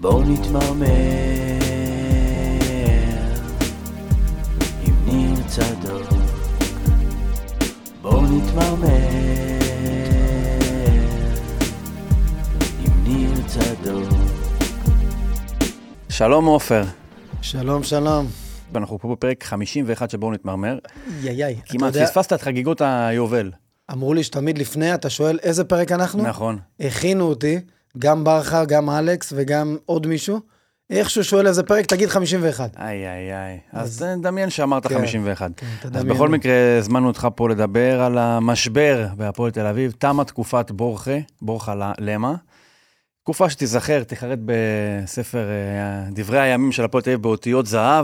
בואו נתמרמר עם ניר צדוק. בואו נתמרמר עם ניר צדוק. שלום עופר. שלום, שלום. אנחנו פה בפרק 51 שבואו נתמרמר. יאי. כמעט פספסת את חגיגות היובל. אמרו לי שתמיד לפני, אתה שואל איזה פרק אנחנו? נכון. הכינו אותי, גם ברכה, גם אלכס וגם עוד מישהו. איכשהו שואל איזה פרק, תגיד 51. איי. אז דמיין שאמרת 51. אז בכל מקרה, הזמנו אותך פה לדבר על המשבר בהפועל תל אביב. תמה תקופת בורחה למה. תקופה שתיזכר, תחרט בספר דברי הימים של הפועל תל אביב באותיות זהב.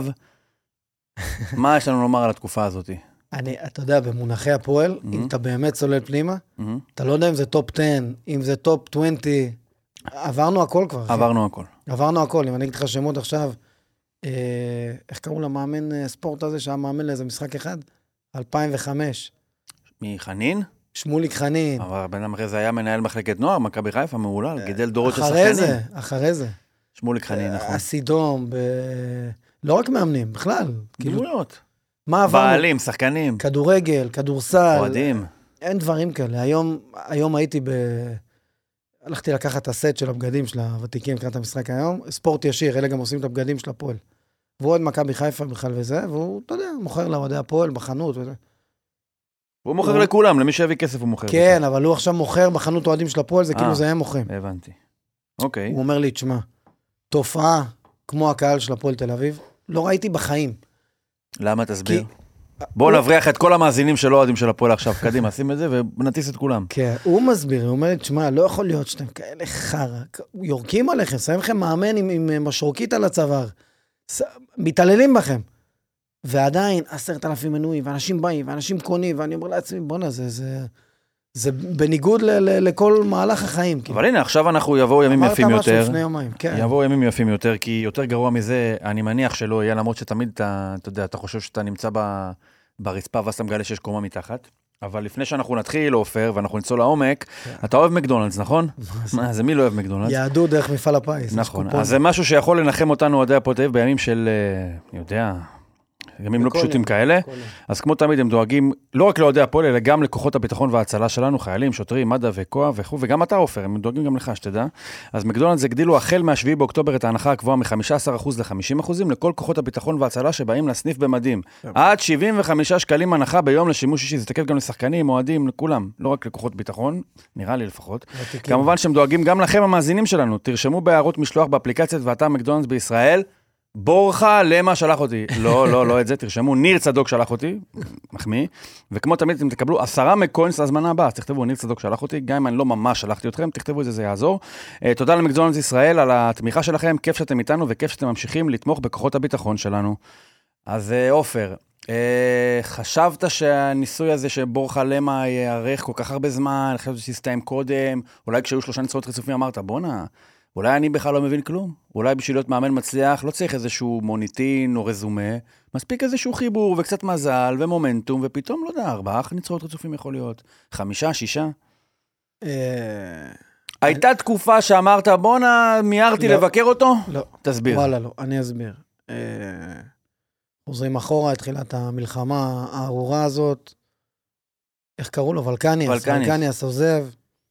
מה יש לנו לומר על התקופה הזאת? אתה יודע, במונחי הפועל, אם אתה באמת צולל פנימה, אתה לא יודע אם זה טופ 10, אם זה טופ 20, עברנו הכל כבר. עברנו הכל. אם אני אגיד לך שמות עכשיו, איך קראו למאמן ספורט הזה, שהיה מאמן לאיזה משחק אחד? 2005. מחנין? שמוליק חנין. אבל בן אדם אחרי זה היה מנהל מחלקת נוער, מכבי חיפה, מעולה, גידל דורות של שחקנים. אחרי זה. שמוליק חנין, נכון. הסידום, לא רק מאמנים, בכלל. דמויות. מה עברנו? בעלים, שחקנים. כדורגל, כדורסל. אוהדים. אין דברים כאלה. היום הייתי הלכתי לקחת את הסט של הבגדים של הוותיקים, לקראת המשחק היום, ספורט ישיר, אלה גם עושים את הבגדים של הפועל. והוא עוד מכבי חיפה בכלל וזה, והוא, אתה יודע, מוכר לאוהדי הפועל בחנות וזה. הוא מוכר לכולם, למי שהביא כסף הוא מוכר. כן, אבל הוא עכשיו מוכר בחנות אוהדים של הפועל, זה כאילו זה הם מוכרים. הבנתי. אוקיי. הוא אומר לי, תשמע, תופעה כמו הקהל של הפועל תל אביב, לא ראיתי בחיים. למה תסביר? בואו נבריח את כל המאזינים של אוהדים של הפועל עכשיו, קדימה, שים את זה ונטיס את כולם. כן, הוא מסביר, הוא אומר לי, תשמע, לא יכול להיות שאתם כאלה חרא, יורקים עליכם, שמים לכם מאמן עם משרוקית על הצוואר, מתעללים בכם. ועדיין 10,000 מנויים, ואנשים באים, ואנשים קונים, ואני אומר לעצמי, בוא'נה, זה בניגוד לכל מהלך החיים. אבל הנה, עכשיו אנחנו יבואו ימים יפים יותר. אמרת משהו לפני יומיים, כן. יבואו ימים יפים יותר, כי יותר גרוע מזה, אני מניח שלא יהיה, למרות שתמיד אתה יודע, אתה חושב שאתה נמצא ברצפה, ואז אתה מגלה שיש קומה מתחת. אבל לפני שאנחנו נתחיל, עופר, ואנחנו נצא לעומק, אתה אוהב מקדונלדס, נכון? מה, זה מי לא אוהב מקדונלדס? יהדות דרך מפעל הפיס. נכון, אז זה משהו שיכול לנחם אותנו אוהדי הפועל תל אביב בימים של, אני יודע, ימים לא פשוטים כאלה. אז כמו תמיד הם דואגים לא רק לאוהדי הפועל, אלא גם לכוחות הביטחון וההצלה שלנו, חיילים, שוטרים, מד"א וכוח וכו', וגם אתה עופר, הם דואגים גם לך, שתדע. אז מקדונלדס הגדילו החל מה-7 באוקטובר את ההנחה הגבוהה מ-15% ל-50% לכל כוחות הביטחון וההצלה שבאים לסניף במדים. עד 75 שקלים הנחה ביום לשימוש אישי, זה תקף גם לשחקנים, אוהדים, לכולם, לא רק לכוחות ביטחון, נראה לי לפחות. כמובן שהם דואגים גם לכם המאזינים שלנו. תרשמו בהערות משלוח באפליקציית ואתר מקדונלדס בישראל. בורחה למה שלח אותי. לא את זה, תרשמו, ניר צדוק שלח אותי, מחמיא, וכמו תמיד אתם תקבלו 10 מקוינס להזמנה הבאה, אז תכתבו, ניר צדוק שלח אותי, גם אם אני לא ממש שלחתי אתכם, תכתבו את זה, זה יעזור. תודה למקדונלדס ישראל על התמיכה שלכם, כיף שאתם איתנו, וכיף שאתם ממשיכים לתמוך בכוחות הביטחון שלנו. אז עופר, חשבת שהניסוי הזה שבורחה למה יארך כל כך הרבה זמן, חשבת שיסתיים קודם, אולי כשהיו 3 ניצחונות רצופים אמרת, בוא'נה, אולי אני בכלל לא מבין כלום. אולי בשביל להיות מאמן מצליח, לא צריך איזשהו מוניטין או רזומה, מספיק איזשהו חיבור וקצת מזל ומומנטום, ופתאום, לא יודע, 4 ניצחונות רצופים יכול להיות. 5, 6. הייתה תקופה שאמרת, בוא'נה, מיירתי לבקר אותו? לא. תסביר. וואלה, לא. אני אסביר. חוזרים אחורה, התחילת המלחמה הארורה הזאת, איך קראו לו? ולקניאס עוזב,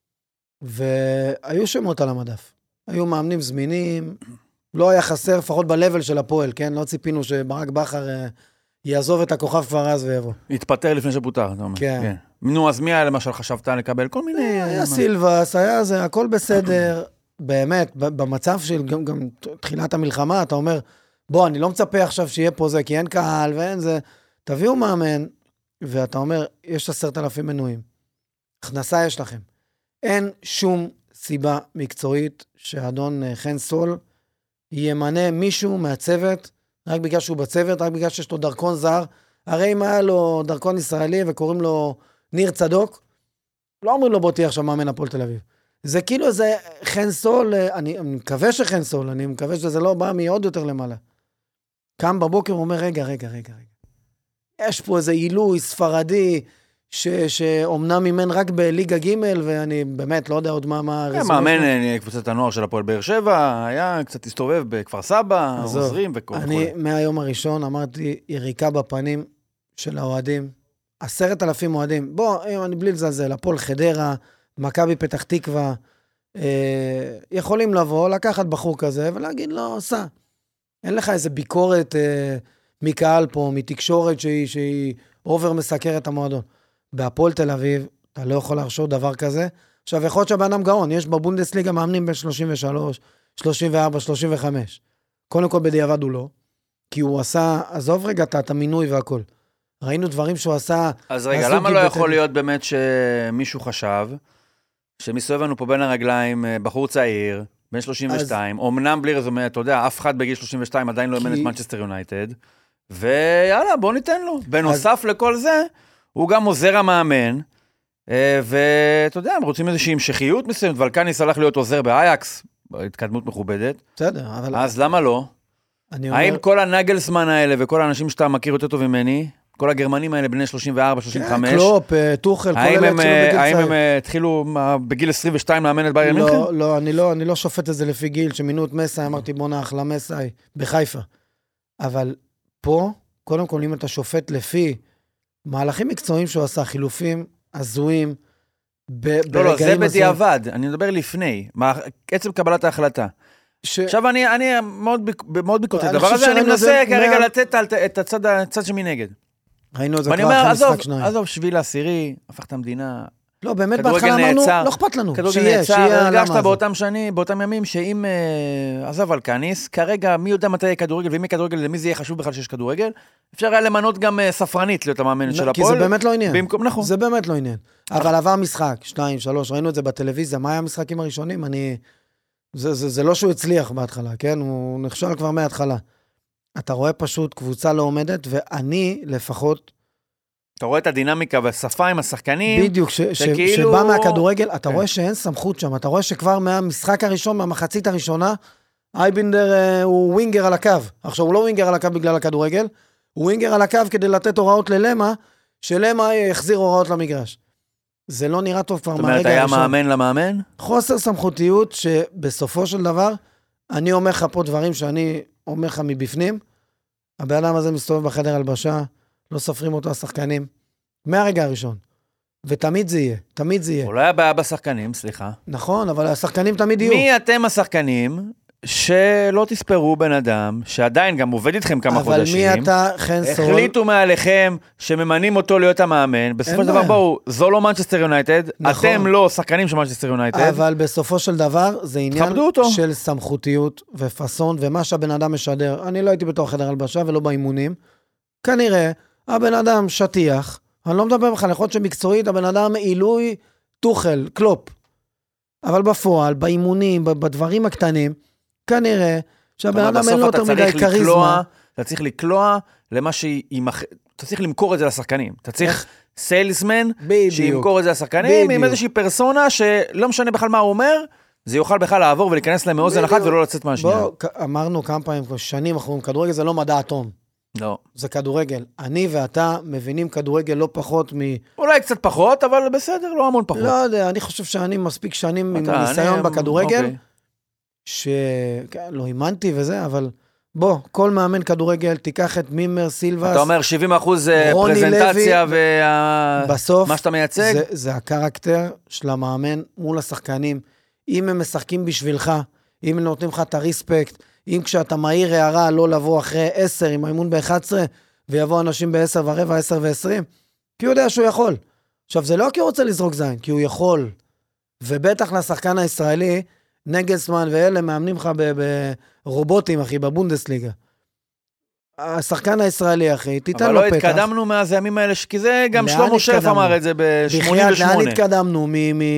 והיו שמות על המדף. היו מאמנים זמינים, לא היה חסר, לפחות בלבל של הפועל, כן? לא ציפינו שברק בכר יעזוב את הכוכב כבר אז ויבוא. התפטר לפני שפוטר, אתה אומר. כן. נו, אז מי היה למשל חשבת לקבל? כל מיני... היה סילבס, היה זה, הכל בסדר. באמת, במצב של גם תחילת המלחמה, אתה אומר, בוא, אני לא מצפה עכשיו שיהיה פה זה, כי אין קהל ואין זה. תביאו מאמן, ואתה אומר, יש 10,000 מנויים. הכנסה יש לכם. אין שום סיבה מקצועית שאדון חן סול ימנה מישהו מהצוות, רק בגלל שהוא בצוות, רק בגלל שיש לו דרכון זר. הרי אם היה לו דרכון ישראלי וקוראים לו ניר צדוק, לא אומרים לו בוא תהיה עכשיו מאמן הפועל תל אביב. זה כאילו זה חן סול, אני מקווה שחן סול, אני מקווה שזה לא בא מעוד יותר למעלה. קם בבוקר ואומר, רגע. יש פה איזה עילוי ספרדי, שאומנם אימן רק בליגה ג' ואני באמת לא יודע עוד מה... מאמן קבוצת הנוער של הפועל באר שבע, היה קצת הסתובב בכפר סבא, עוזרים וכל. אני מהיום הראשון אמרתי, יריקה בפנים של האוהדים, 10,000 אוהדים, בוא, אני בלי לזלזל, הפועל חדרה, מכבי פתח תקווה, יכולים לבוא, לקחת בחור כזה ולהגיד לו, עושה. אין לך איזה ביקורת מקהל פה, מתקשורת שהיא אובר מסקר את המועדון. בהפועל תל אביב, אתה לא יכול להרשות דבר כזה. עכשיו, יכול להיות שהבן אדם גאון, יש בבונדסליגה מאמנים בין 33, 34, 35. קודם כל בדיעבד הוא לא, כי הוא עשה, עזוב רגע את המינוי והכל. ראינו דברים שהוא עשה... אז רגע, למה לא יכול להיות באמת שמישהו חשב, שמסתובב לנו פה בין הרגליים בחור צעיר, בן 32, אומנם בלי רזומה, אתה יודע, אף אחד בגיל 32 עדיין לא אימן את מנצ'סטר יונייטד, ויאללה, בוא ניתן לו. בנוסף לכל זה, הוא גם עוזר המאמן, ואתה יודע, הם רוצים איזושהי המשכיות מסוימת, ולקניס הלך להיות עוזר באייקס, התקדמות מכובדת. בסדר, אבל... אז למה לא? האם כל הנגלסמן האלה, וכל האנשים שאתה מכיר יותר טוב ממני, כל הגרמנים האלה בני 34, 35, קלופ, טוחל, כל אלה התחילו בגיל צעיר. האם הם התחילו בגיל 22 לאמן את ביירן מינכן? לא, אני לא שופט את זה לפי גיל, שמינו את מסאי, אמרתי בוא אחלה מסאי, בחיפה. אבל פה, קודם כל, אם אתה שופט לפי מהלכים מקצועיים שהוא עשה, חילופים, הזויים, לא, זה בדיעבד, אני מדבר לפני, עצם קבלת ההחלטה. עכשיו אני מאוד ביקורתי, הדבר הזה אני מנסה כרגע לתת את הצד שמנגד. ראינו את זה כבר אחרי משחק שניים. עזוב, שביל העשירי, הפך את המדינה. לא, באמת בהתחלה אמרנו, לא אכפת לנו. כדורגל נעצר, הרגשת באותם ימים, שאם עזב אלקניס, כרגע מי יודע מתי יהיה כדורגל, ואם יהיה כדורגל, למי זה יהיה חשוב בכלל שיש כדורגל, אפשר היה למנות גם ספרנית להיות המאמנת של הפועל. כי זה באמת לא עניין. נכון. זה באמת לא עניין. אבל עבר משחק, 2, 3, ראינו את זה בטלוויזיה, מה היה המשחקים הראשונים? זה לא שהוא הצליח בהתחלה, כן? הוא נכשל כבר מההתחלה. אתה רואה פשוט קבוצה לא עומדת, ואני לפחות... אתה רואה את הדינמיקה והשפה עם השחקנים. בדיוק, שבא מהכדורגל, אתה רואה שאין סמכות שם, אתה רואה שכבר מהמשחק הראשון, מהמחצית הראשונה, אייבינדר הוא ווינגר על הקו. עכשיו, הוא לא ווינגר על הקו בגלל הכדורגל, הוא ווינגר על הקו כדי לתת הוראות ללמה, שלמה יחזיר הוראות למגרש. זה לא נראה טוב כבר מהרגע הראשון. זאת אומרת, היה מאמן למאמן? חוסר סמכותיות שבסופו של דבר, אני אומר לך פה דברים שאני אומר לך מבפנים, הבן אדם הזה מסתובב בחדר הלבשה, לא סופרים אותו השחקנים, מהרגע הראשון. ותמיד זה יהיה, תמיד זה יהיה. אולי הבעיה בשחקנים, סליחה. נכון, אבל השחקנים תמיד יהיו. מי אתם השחקנים שלא תספרו בן אדם, שעדיין גם עובד איתכם כמה חודשים. אבל מי אתה, חן סול? החליטו מעליכם שממנים אותו להיות המאמן. בסופו של דבר, בואו, זו לא מנצ'סטר יונייטד, אתם לא שחקנים של מנצ'סטר יונייטד. אבל בסופו של דבר, זה עניין של סמכותיות ופסון, ומה שהבן אדם משדר. אני לא הייתי בתוך חדר הלבשה ולא באימונים. כנראה, הבן אדם שטיח, אני לא מדבר בכלל, יכול להיות שמקצועית, הבן אדם עילוי, טוחל, קלופ. אבל בפועל, באימונים, בדברים הקטנים, כנראה שהבן אדם אין לו יותר מדי קריזמה. אתה צריך לקלוע למה אתה צריך למכור את זה לשחקנים. אתה צריך סיילסמן שימכור את זה לשחקנים, עם איזושהי פרסונה שלא משנה בכלל מה הוא אומר, זה יוכל בכלל לעבור ולהיכנס להם מאוזן אחת ולא לצאת מהשנייה. בוא, אמרנו כמה פעמים, שנים אחרונים, כדורגל זה לא מדע אטום. לא. זה כדורגל. אני ואתה מבינים כדורגל לא פחות אולי קצת פחות, אבל בסדר, לא המון פחות. לא יודע, אני חושב שאני מספיק שנים עם ניסיון בכדורגל, שלא אימנתי וזה, אבל בוא, כל מאמן כדורגל, תיקח את מימר, סילבס. אתה אומר 70% פרזנטציה ומה שאתה מייצג? זה הקרקטר של המאמן מול השחקנים. אם הם משחקים בשבילך, אם הם נותנים לך את הריספקט, אם כשאתה מהיר הערה לא לבוא אחרי 10 עם האימון ב-11, ויבוא אנשים ב-10:15, 10:20, כי הוא יודע שהוא יכול. עכשיו, זה לא כי הוא רוצה לזרוק זין, כי הוא יכול. ובטח לשחקן הישראלי, נגלסמן ואלה מאמנים לך ברובוטים, אחי, בבונדסליגה. השחקן הישראלי, אחי, תיתן לו פתח. אבל לא התקדמנו מאז הימים האלה, כי זה גם שלמה שרף אמר את זה ב-88. לאן התקדמנו?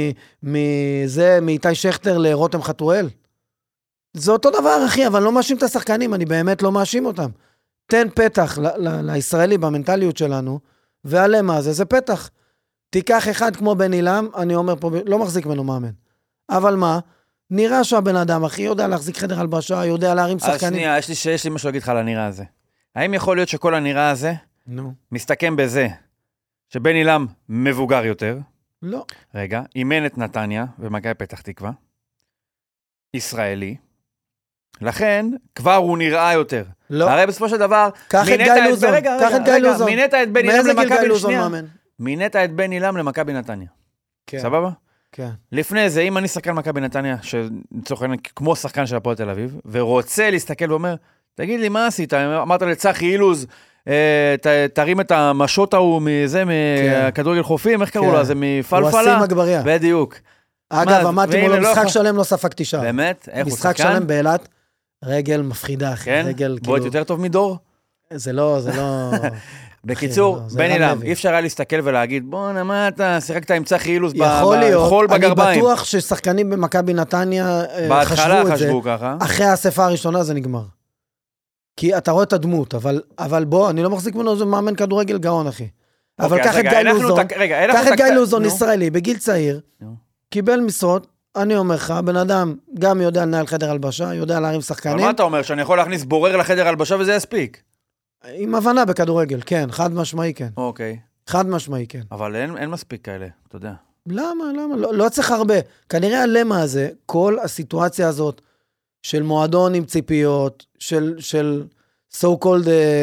מאיתי שכטר לרותם חתואל? זה אותו דבר, אחי, אבל לא מאשים את השחקנים, אני באמת לא מאשים אותם. תן פתח לישראלי במנטליות שלנו, ועלמה זה פתח. תיקח אחד כמו בן אילם, אני אומר פה, לא מחזיק ממנו מאמן. אבל מה? נראה שהבן אדם, אחי, יודע להחזיק חדר הלבשה, יודע להרים שחקנים. שנייה, יש לי משהו להגיד לך על הנראה הזה. האם יכול להיות שכל הנראה הזה מסתכם בזה, שבן אילם מבוגר יותר. לא. רגע, אימן את נתניה ומכבי פתח תקווה. ישראלי. לכן, כבר הוא נראה יותר. לא. הרי בסופו של דבר, קח את גיא לוזון. קח את גיא לוזון. מינית את בן אילם מאיזה גיל גיא למכבי לוזון שנייה. מאמן? מינית את בן אילם למכבי נתניה. כן. סבבה? כן. לפני זה, אם אני שחקן מכבי נתניה, שלצורך העניין כמו שחקן של הפועל תל אביב, ורוצה להסתכל ואומר, תגיד לי, מה עשית? אמרת לצחי אילוז, תרים את המשות ההוא מזה, מכדורגל חופים, איך קראו לו? זה מפלפלה? ווסים אגבריה. בדיוק. אגב, עמדתי מולו משחק שלם, לא ספגתי שער. באמת? איך הוא משחק שחקן? שלם באילת, רגל מפחידה, אחי. כן? רגל בועט יותר טוב מדור? זה לא... בקיצור, בן אילם, אי אפשר היה להסתכל ולהגיד, בוא, מה אתה שיחקת עם צחי אילוז בחול בגרביים. אני בטוח ששחקנים במכבי נתניה בהתחלה חשבו ככה. אחרי האספה הראשונה זה נגמר. כי אתה רואה את הדמות, אבל בוא, אני לא מחזיק ממנו, זה מאמן כדורגל גאון, אחי. אבל קח את גיא לוזון, ישראלי, בגיל צעיר, קיבל משרות, אני אומר לך, בן אדם גם יודע לנהל חדר הלבשה, יודע להרים שחקנים. אבל מה אתה אומר, שאני יכול להכניס בורר לחדר הלבשה וזה יספיק? עם הבנה בכדורגל, כן, חד משמעי כן. אוקיי. חד משמעי כן. אבל אין מספיק כאלה, אתה יודע. למה? לא צריך הרבה. כנראה הלמה הזה, כל הסיטואציה הזאת, של מועדון עם ציפיות, של so called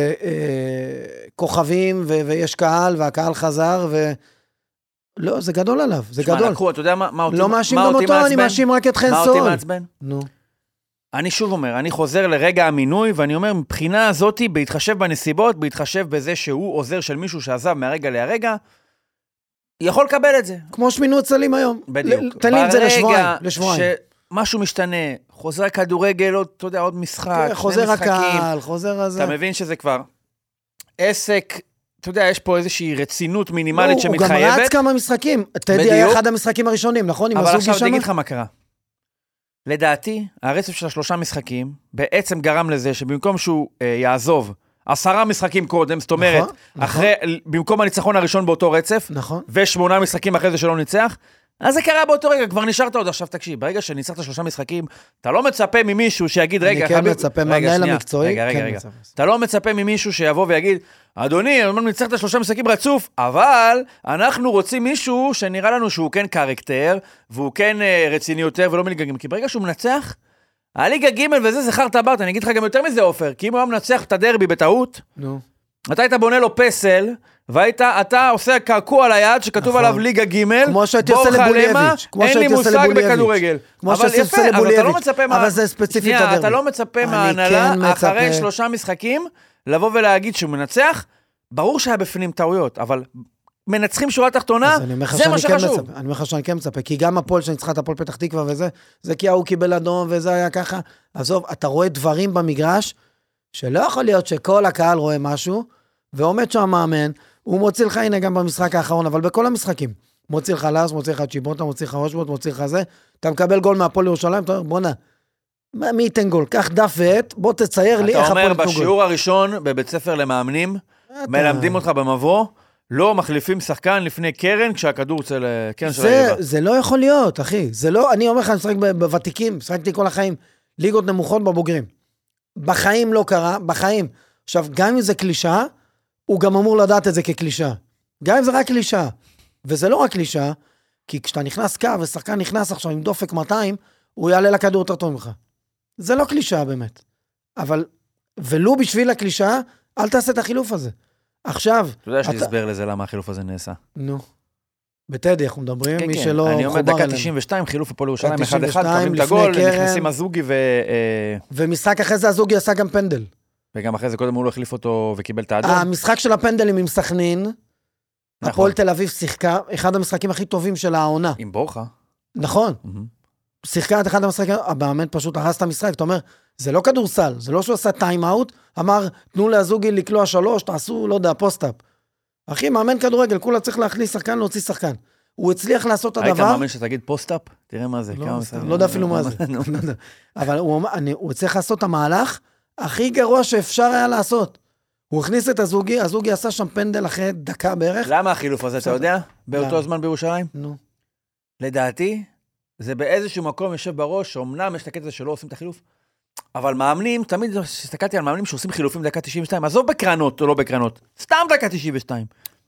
כוכבים, ויש קהל, והקהל חזר, לא, זה גדול עליו, זה גדול. לקחו, אתה יודע מה אותי מעצבן? לא מאשים גם אותו, אני מאשים רק את חן סול. מה אותי מעצבן? נו. אני שוב אומר, אני חוזר לרגע המינוי, ואני אומר, מבחינה הזאת, בהתחשב בנסיבות, בהתחשב בזה שהוא עוזר של מישהו שעזב מהרגע להרגע, יכול לקבל את זה. כמו שמינו את סלים היום. בדיוק. תן לי את זה לשבועיים. ברגע שמשהו משתנה, חוזר כדורגל, אתה יודע, עוד משחק, חוזר הקהל, חוזר הזה. אתה מבין שזה כבר עסק, אתה יודע, יש פה איזושהי רצינות מינימלית שמתחייבת. הוא גם רץ כמה משחקים. טדי היה אחד המשחקים הראשונים, נכון? אבל עכשיו תגיד לך מה קרה. לדעתי, הרצף של 3 משחקים בעצם גרם לזה שבמקום שהוא יעזוב 10 משחקים קודם, זאת אומרת, במקום הניצחון הראשון באותו רצף, ו8 משחקים אחרי זה שלא ניצח, אז זה קרה באותו רגע, כבר נשארת עוד עכשיו, תקשיב, ברגע שניצחת 3 משחקים, אתה לא מצפה ממישהו שיגיד, רגע, אני כן מצפה מהמנהל המקצועי, אתה לא מצפה ממישהו שיבוא ויגיד, אדוני, ניצחת 3 משחקים רצוף, אבל אנחנו רוצים מישהו שנראה לנו שהוא כן קרקטר, והוא כן רציני יותר ולא מליגה, כי ברגע שהוא מנצח, הליגה ג' וזה זכר טבעת, אני אגיד לך גם יותר מזה אופר, כי אם הוא היה מנצח את הדרבי בטעות, אתה היית בונה לו פסל, ואתה עושה קעקוע על היד שכתוב עליו ליגה ג' כמו שהייתי עושה לבולייביץ', אין לי מושג בכדורגל. אבל יפה, אבל אתה לא מצפה אבל זה ספציפית הדרבי. אתה לא מצפה מההנהלה אחרי 3 משחקים, לבוא ולהגיד שהוא מנצח, ברור שהיה בפנים טעויות, אבל מנצחים שורה תחתונה, זה מה שחשוב. אני אומר לך שאני כן מצפה, כי גם הפועל שניצחה את הפועל פתח תקווה וזה, זה כי הוא קיבל אדום וזה היה ככה. עזוב, אתה רואה דברים במגרש, שלא יכול להיות שכל הקהל רואה משהו, ועומד שם מאמן, הוא מוציא לך, הנה גם במשחק האחרון, אבל בכל המשחקים. מוציא לך לס, מוציא לך צ'יבוטה, מוציא לך רושבוט, מוציא לך זה, אתה מקבל גול מהפועל ירושלים, אתה אומר, בוא מי ייתן גול? קח דף ועט, בוא תצייר לי איך הפועל ייתנו גול. אתה אומר, בשיעור הראשון בבית ספר למאמנים, מלמדים אותך במבוא, לא מחליפים שחקן לפני קרן, כשהכדור אצל קרן של היריבה. זה לא יכול להיות, אחי. זה לא, אני אומר לך, אני משחק בוותיקים, משחקתי כל החיים, ליגות נמוכות בבוגרים. בחיים לא קרה, בחיים. עכשיו, גם אם זה קלישה, הוא גם אמור לדעת את זה כקלישה. גם אם זה רק קלישה. וזה לא רק קלישה, כי כשאתה נכנס קו, ושחקן נכנס עכשיו עם דופק 200, הוא יעלה לכדור יותר טוב ממך. זה לא קלישה באמת. אבל, ולו בשביל הקלישה, אל תעשה את החילוף הזה. עכשיו... אתה יודע שתסבר לזה למה החילוף הזה נעשה. נו. בטדי, אנחנו מדברים, כן, מי כן. שלא... אני אומר, דקה 92, חילוף הפועל ירושלים, 1-1, קמים את הגול, נכנסים הזוגי ומשחק אחרי זה הזוגי עשה גם פנדל. וגם אחרי זה קודם הוא לא החליף אותו וקיבל את האדום. המשחק של הפנדלים עם סכנין, הפועל תל אביב שיחקה, אחד המשחקים הכי טובים של העונה. עם בורחה. נכון. שיחקה את אחד המשחקים, הבאמת פשוט הרס את המשחק, אתה אומר, זה לא כדורסל, זה לא שהוא עשה טיים-אאוט, אמר, תנו להזוגי לקלוע 3, תעשו, לא יודע, פוסט-אפ. אחי, מאמן כדורגל, כולה צריך להכניס שחקן, להוציא שחקן. הוא הצליח לעשות את הדבר... היית מאמן שתגיד פוסט-אפ? תראה מה זה. לא יודע אפילו מה זה. אבל הוא הצליח לעשות את המהלך הכי גרוע שאפשר היה לעשות. הוא הכניס את הזוגי, הזוגי עשה שם פנדל אחרי דקה בערך. למה החילוף הזה, אתה יודע? באותו זמן בירושלים? נו. לדעתי, זה באיזשהו מקום יושב בראש, אמנם יש את הקטע שלא עושים את החילוף, אבל מאמנים, תמיד הסתכלתי על מאמנים שעושים חילופים דקה 92, עזוב בקרנות או לא בקרנות, סתם דקה 92.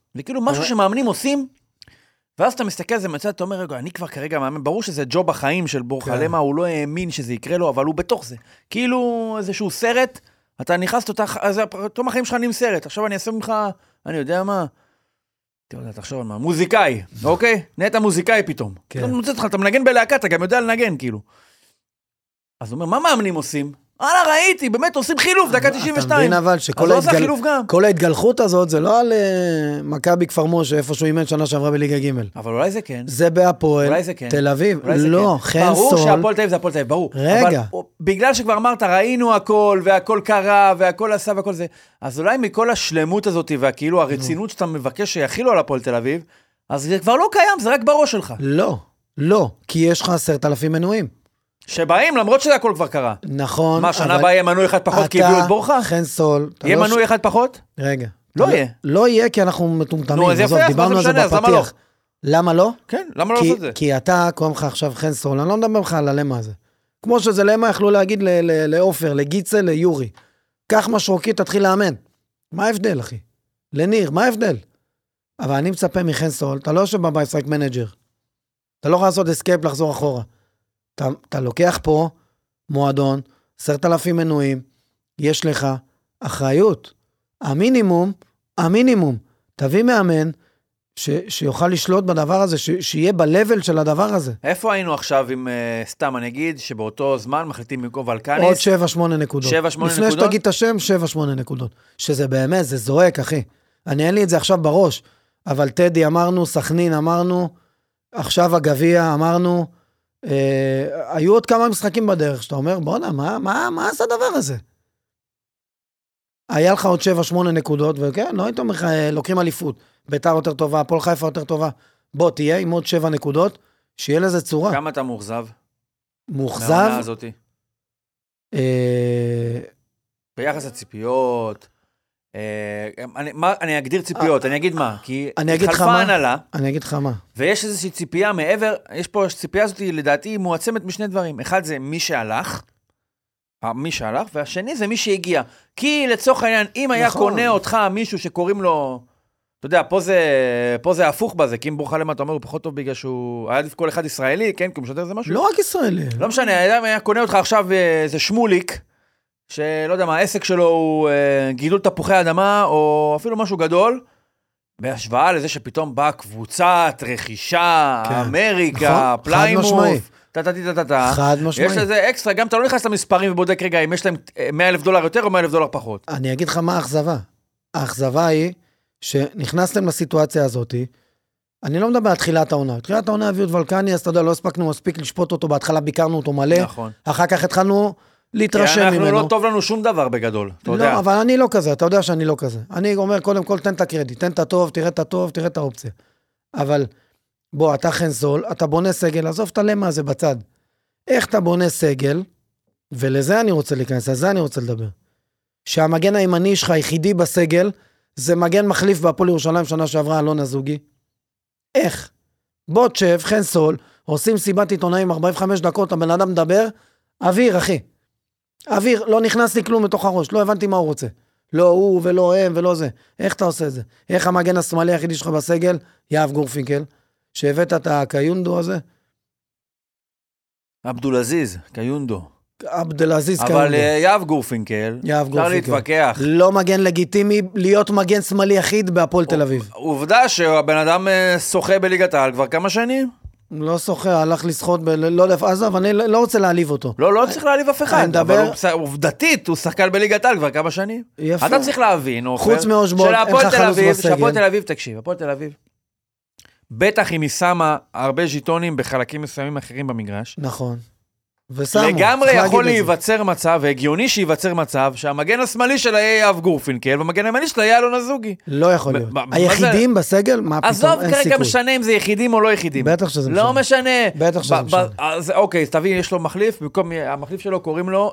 זה כאילו משהו שמאמנים עושים, ואז אתה מסתכל על זה מצד, אתה אומר, רגע, אני כבר כרגע מאמן, ברור שזה ג'וב החיים של בורחלמה, הוא לא האמין שזה יקרה לו, אבל הוא בתוך זה. כאילו איזשהו סרט, אתה נכנס תום החיים שלך נעים סרט, עכשיו אני אעשה ממך, אני יודע מה, תחשוב על מה, מוזיקאי, אוקיי? נהיית מוזיקאי פתאום. אתה מנגן בלהקה, אתה גם יודע לנגן, כאילו. אז הוא אומר, מה מאמנים עושים? ראיתי, באמת עושים חילוף, דקה 92. אתה מבין אבל שכל ההתגלחות הזאת, זה לא על מכבי כפר משה, איפה שהוא אימן שנה שעברה בליגה ג'. אבל אולי זה כן. זה בהפועל, תל אביב. לא, חן סול. ברור שהפועל תל אביב זה הפועל תל אביב, ברור. רגע. אבל בגלל שכבר אמרת, ראינו הכל, והכל קרה, והכל עשה והכל זה, אז אולי מכל השלמות הזאת, והכאילו הרצינות שאתה מבקש שיחילו על הפועל תל אביב, אז זה כבר לא קיים, זה רק בראש שלך. לא, כי יש לך 10,000 מנויים. שבאים, למרות שזה הכל כבר קרה. נכון. מה, שנה הבאה יהיה מנוי אחד פחות כי הביאו את בורחה? חן סול. יהיה מנוי אחד פחות? רגע. לא יהיה. לא יהיה כי אנחנו מטומטמים. נו, אז יפה, דיברנו על זה בפתיח. למה לא? כן, למה לא לעשות את זה? כי אתה, קוראים לך עכשיו חן סול, אני לא מדבר לך על הלמה הזה. כמו שזה למה יכלו להגיד לאופר, לגיצה, ליורי. קח משרוקית, תתחיל לאמן. מה ההבדל, אחי? לניר, מה ההבדל? אבל אני מצפה מחן סול, אתה לא יושב בבית סטרייק מנג'ר. אתה לא יכול לעשות אסקייפ לחזור אחורה. אתה לוקח פה מועדון, 10,000 מנויים, יש לך אחריות. המינימום, תביא מאמן שיוכל לשלוט בדבר הזה, שיהיה בלבל של הדבר הזה. איפה היינו עכשיו עם, סתם אני אגיד, שבאותו זמן מחליטים במקום ולקניס? עוד 7-8 נקודות. 7-8 נקודות? לפני שתגיד את השם, 7-8 נקודות. שזה באמת, זה זועק, אחי. אין לי את זה עכשיו בראש, אבל טדי אמרנו, סכנין אמרנו, עכשיו הגביע אמרנו, היו עוד כמה משחקים בדרך, שאתה אומר, בוא'נה, מה עשה הדבר הזה? היה לך עוד 7-8 נקודות, וכן, לא הייתם לוקחים אליפות. ביתר יותר טובה, הפועל חיפה יותר טובה. בוא, תהיה עם עוד 7 נקודות, שיהיה לזה צורה. כמה אתה מאוכזב? מאוכזב? מהעונה הזאת? ביחס לציפיות, אני אגדיר ציפיות, אני אגיד מה, כי התחלפה הנהלה, אני אגיד לך מה. ויש איזושהי ציפייה מעבר, יש פה ציפייה הזאת, לדעתי, מועצמת משני דברים. אחד זה מי שהלך, והשני זה מי שהגיע. כי לצורך העניין, אם היה קונה אותך מישהו שקוראים לו, אתה יודע, פה זה הפוך בזה, כי אם בורחלמה אתה אומר, הוא פחות טוב בגלל שהוא, היה כל אחד ישראלי, כן, כי הוא משדר זה משהו. לא רק ישראלי. לא משנה, היה קונה אותך עכשיו איזה שמוליק, שלא יודע מה, העסק שלו הוא גידול תפוחי אדמה, או אפילו משהו גדול, בהשוואה לזה שפתאום באה קבוצת רכישה, אמריקה, פליימוף, חד משמעית. יש לזה אקסטרה, גם אתה לא נכנס למספרים ובודק רגע, אם יש להם $100,000 יותר או $100,000 פחות. אני אגיד לך מה האכזבה. האכזבה היא שנכנסתם לסיטואציה הזאת, אני לא מדבר על תחילת העונה. תחילת העונה הביאו את ולקני, אז אתה יודע, לא הספקנו מספיק לשפוט אותו, בהתחלה ביקרנו אותו מלא, נכון. אחר כך התחלנו להתרשם ממנו. אנחנו לא טוב לנו שום דבר בגדול, אתה יודע. לא, אבל אני לא כזה, אתה יודע שאני לא כזה. אני אומר, קודם כל, תן את הקרדיט, תן את הטוב, תראה את הטוב, תראה את האופציה. אבל, בוא, אתה חן סול, אתה בונה סגל, עזוב את הלמה הזה בצד. איך אתה בונה סגל, ולזה אני רוצה להיכנס, על זה אני רוצה לדבר. שהמגן הימני שלך היחידי בסגל, זה מגן מחליף בהפועל ירושלים שנה שעברה, אלון אזוגי. איך? בוא תשב, חן סול, עושים סיבת עיתונאים 45 דקות, הבן אדם מדבר, אוויר, אחי. אוויר, לא נכנס לי כלום מתוך הראש, לא הבנתי מה הוא רוצה. לא הוא ולא הם ולא זה. איך אתה עושה את זה? איך המגן השמאלי היחידי שלך בסגל? יאב גורפינקל, שהבאת את הקיונדו הזה? עבדולעזיז, קיונדו. עבדולעזיז קיונדו. אבל יאב גורפינקל, אפשר להתווכח. לא מגן לגיטימי, להיות מגן שמאלי יחיד בהפועל תל אביב. עובדה שהבן אדם שוחה בליגת העל כבר כמה שנים? לא שוחה, הלך לשחות, עזוב, אני לא רוצה להעליב אותו. לא צריך להעליב אף אחד, אבל עובדתית, הוא שחקן בליגת העל כבר כמה שנים. יפה. אתה צריך להבין, חוץ מאושבולט, אין לך חלוץ בסגל. שהפועל תל אביב, תקשיב, הפועל תל אביב, בטח אם היא שמה הרבה ז'יטונים בחלקים מסוימים אחרים במגרש. נכון. לגמרי יכול להיווצר מצב, והגיוני שייווצר מצב, שהמגן השמאלי שלה יהיה יאב גורפינקל, והמגן הימני שלה יהיה אלון אזוגי. לא יכול להיות. היחידים בסגל, מה פתאום, עזוב, כרגע משנה אם זה יחידים או לא יחידים. בטח שזה משנה. לא משנה. בטח שזה משנה. אז אוקיי, אז תבין, יש לו מחליף, במקום המחליף שלו קוראים לו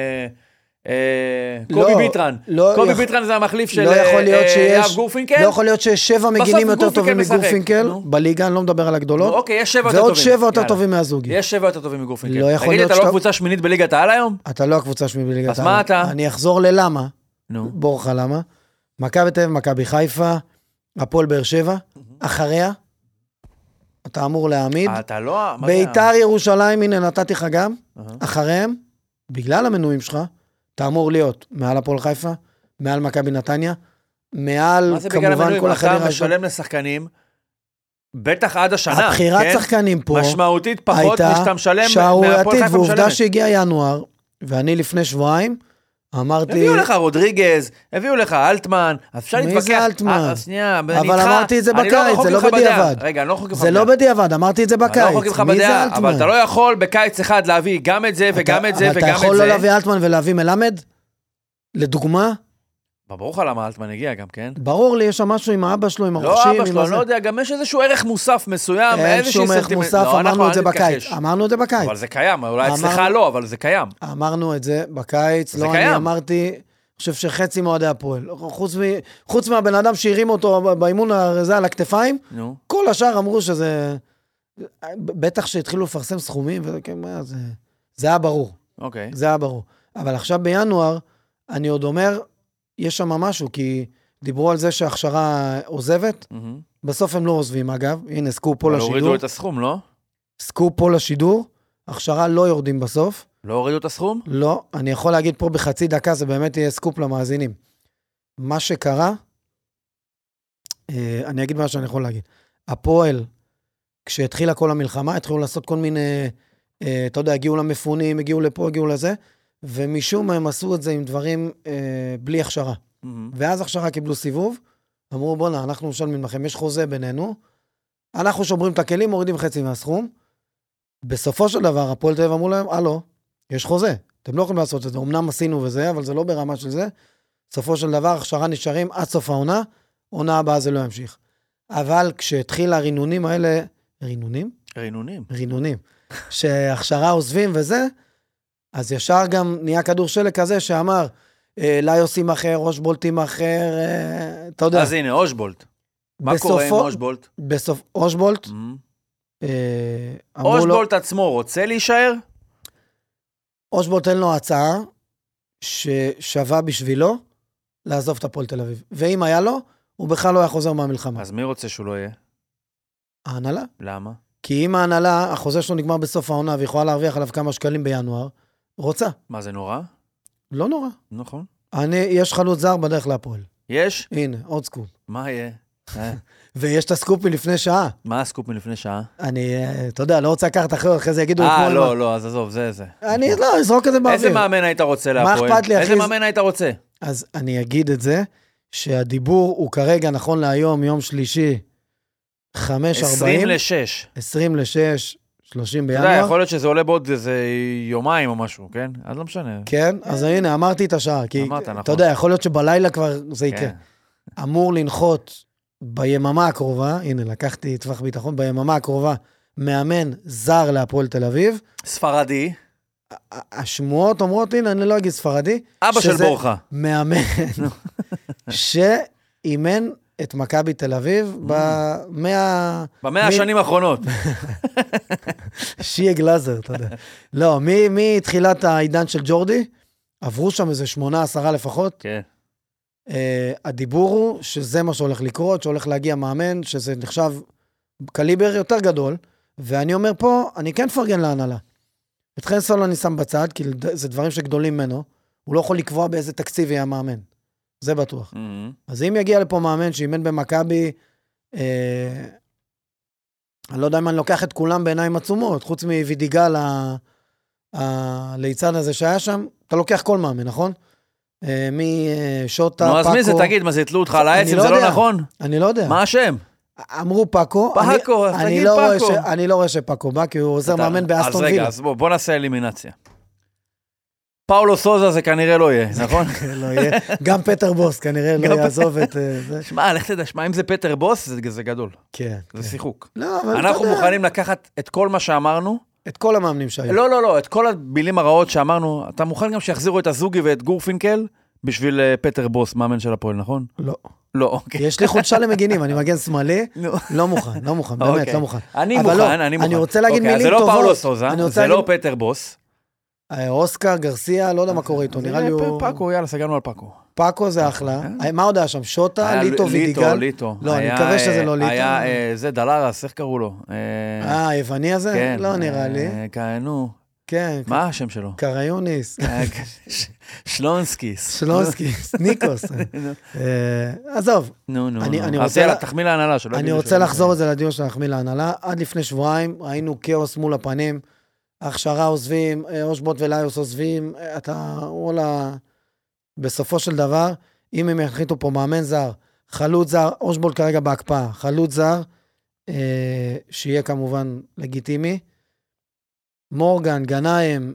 קובי ביטרן. קובי ביטרן זה המחליף של יאב גורפינקל. לא יכול להיות שיש 7 מגינים יותר טובים מגורפינקל, בליגה, אני לא מדבר על הגדולות. אוקיי, יש 7 יותר טובים. ועוד 7 יותר טובים מהזוגי. יש 7 יותר טובים מגורפינקל. לא יכול להיות תגיד, אתה לא קבוצה שמינית בליגת העל היום? אתה לא הקבוצה שמינית בליגת העל. אז מה אתה? אני אחזור ללמה. בורחה למה. מכבי תל אביב, מכבי חיפה, הפועל באר שבע, אחריה, אתה אמור להעמיד. אתה לא... ביתר ירושלים, הנה נתתי לך גם, אחריהם, בגלל המנויים שלך, אתה אמור להיות מעל הפועל חיפה, מעל מכבי נתניה, מעל כמובן כל החדרה. אתה משלם לשחקנים, בטח עד השנה, הבחירת שחקנים פה, משמעותית פחות משאתה משלם, שערורייתית, ועובדה שהגיע ינואר, ואני לפני שבועיים, אמרתי... הביאו לך רודריגז, הביאו לך אלטמן, אפשר להתווכח... מי זה אלטמן? שנייה, אבל אמרתי את זה בקיץ, זה לא בדיעבד. רגע, אני לא חוקר לך זה לא בדיעבד, אמרתי את זה בקיץ. מי זה אלטמן? אבל אתה לא יכול בקיץ אחד להביא גם את זה וגם את זה וגם את זה. אתה יכול לא להביא אלטמן ולהביא מלמד? לדוגמה? ברור לך למה אלטמן הגיע גם, כן? ברור לי, יש שם משהו עם האבא שלו, עם הרוכשים. לא אבא שלו, אני לא יודע, גם יש איזשהו ערך מוסף מסוים, אין שום ערך מוסף, אמרנו את זה בקיץ. אמרנו את זה בקיץ. אבל זה קיים, אולי אצלך לא, אבל זה קיים. אמרנו את זה בקיץ, לא אני אמרתי, אני חושב שחצי מועדי הפועל, חוץ מהבן אדם שהרים אותו באימון הרזה על הכתפיים, כל השאר אמרו שזה, בטח שהתחילו לפרסם סכומים, זה היה ברור. זה היה ברור. אבל עכשיו בינואר, אני עוד אומר, יש שם משהו, כי דיברו על זה שההכשרה עוזבת, בסוף הם לא עוזבים אגב, הנה סקופ פה לשידור. אבל הורידו את הסכום, לא? סקופ פה לשידור, הכשרה לא יורדים בסוף. לא הורידו את הסכום? לא, אני יכול להגיד פה בחצי דקה, זה באמת יהיה סקופ למאזינים. מה שקרה, אני אגיד מה שאני יכול להגיד. הפועל, כשהתחילה כל המלחמה, התחילו לעשות כל מיני, אתה יודע, הגיעו למפונים, הגיעו לפה, הגיעו לזה, ומשום מה הם עשו את זה עם דברים בלי הכשרה. ואז הכשרה קיבלו סיבוב, אמרו בונה, אנחנו משלמים לכם, יש חוזה בינינו, אנחנו שומרים את הכלים, מורידים חצי מהסכום, בסופו של דבר, הפועל תל אביב אמרו להם, הלו, יש חוזה, אתם לא יכולים לעשות את זה, אמנם עשינו וזה, אבל זה לא ברמה של זה, בסופו של דבר, הכשרה נשארים עד סוף העונה, עונה הבאה זה לא ימשיך. אבל כשהתחיל הרינונים האלה, רינונים, שהכשרה עוזבים וזה, אז ישר גם נהיה כדור שלג כזה שאמר, ליוסים אחר, אושבולטים אחר, אתה יודע. אז הנה, אושבולט. מה קורה עם אושבולט? בסוף, אושבולט. אושבולט עצמו רוצה להישאר? אושבולט אין לו הצעה ששווה בשבילו לעזוב את הפועל תל אביב. ואם היה לו, הוא בכלל לא היה חוזר מהמלחמה. אז מי רוצה שהוא לא יהיה? ההנהלה. למה? כי אם ההנהלה, החוזה שלו נגמר בסוף העונה, ויכולה להרוויח עליו כמה שקלים בינואר, רוצה. מה, זה נורא? לא נורא. נכון. יש חלוץ זר בדרך להפועל. יש? הנה, עוד סקופ. מה יהיה? ויש את הסקופ מלפני שעה. מה הסקופ מלפני שעה? אתה יודע, לא רוצה לקחת אחרי זה יגידו... לא, אז עזוב, זה. אני לא, אזרוק את זה באוויר. איזה מאמן היית רוצה להפועל? מה אכפת לי, אחי? איזה מאמן היית רוצה? אז אני אגיד את זה, שהדיבור הוא כרגע, נכון להיום, יום שלישי, 5:40. 20:06, 30 בינואר. אתה יודע, יכול להיות שזה עולה בעוד איזה יומיים או משהו, כן? אז לא משנה. כן, אז הנה, אמרתי את השעה, כי אתה יודע, יכול להיות שבלילה כבר זה יקרה. אמור לנחות ביממה הקרובה, הנה, לקחתי טווח ביטחון, ביממה הקרובה, מאמן זר להפועל תל אביב. ספרדי. השמועות אומרות, הנה, אני לא אגיד ספרדי. אבא של בורחה. מאמן שאימן את מכבי תל אביב במאה השנים האחרונות. שיה גלאזר, אתה יודע. לא, מתחילת העידן של ג'ורדי, עברו שם איזה 8-10 לפחות. כן. הדיבור הוא שזה מה שהולך לקרות, שהולך להגיע מאמן, שזה נחשב קליבר יותר גדול, ואני אומר פה, אני כן פרגן להנהלה. את חנסול אני שם בצד, כי זה דברים שגדולים ממנו, הוא לא יכול לקבוע באיזה תקציב יהיה המאמן. זה בטוח. אז אם יגיע לפה מאמן שאימן במכבי, אני לא יודע אם אני לוקח את כולם בעיניים עצומות, חוץ מוידיגל הליצן הזה שהיה שם, אתה לוקח כל מאמן, נכון? משוטה, פאקו. נו, אז מי זה תגיד, מה זה יתלו אותך על העץ, אם זה לא נכון? אני לא יודע. מה השם? אמרו פאקו. פאקו, אז תגיד פאקו. אני לא רואה שפאקו בא, כי הוא עוזר מאמן באסטון וילה. אז רגע, אז בוא נעשה אלימינציה. פאולו סוזה זה כנראה לא יהיה, נכון? לא יהיה. גם פטר בוס כנראה לא יעזוב את זה. שמע, לך תדע, אם זה פטר בוס, זה גדול. כן. זה שיחוק. לא, אנחנו מוכנים לקחת את כל מה שאמרנו. את כל המאמנים שהיו. לא, את כל המילים הרעות שאמרנו, אתה מוכן גם שיחזירו את הזוגי ואת גורפינקל, בשביל פטר בוס, מאמן של הפועל, נכון? לא. לא, אוקיי. יש לי חולשה למגינים, אני מגן שמאלי, לא מוכן, באמת, לא מוכן. אני מוכן. אני רוצה להגיד מילים טובות. זה לא פאולו סוזה, זה לא פטר בוס. אוסקר, גרסיה, לא יודע מה קורה איתו, נראה לי הוא... פאקו, יאללה, סגרנו על פאקו. פאקו זה אחלה. מה עוד היה שם? שוטה, ליטו ודיגל? ליטו. לא, אני מקווה שזה לא ליטו. היה, זה דלרס, איך קראו לו? היווני הזה? כן. לא נראה לי. נו. כן. מה השם שלו? קריוניס. שלונסקיס. ניקוס. עזוב. נו. אז יאללה, תחמיא להנהלה שלו. אני רוצה לחזור את זה לדיון של להחמיא להנהלה. עד לפני שבועיים ראינו כאוס מול הפנים. הכשרה עוזבים, אושבוט וליוס עוזבים. אתה, וואלה, בסופו של דבר, אם הם יחליטו פה מאמן זר, חלוץ זר, אושבוט כרגע בהקפאה, חלוץ זר, שיהיה כמובן לגיטימי. מורגן, גנאים,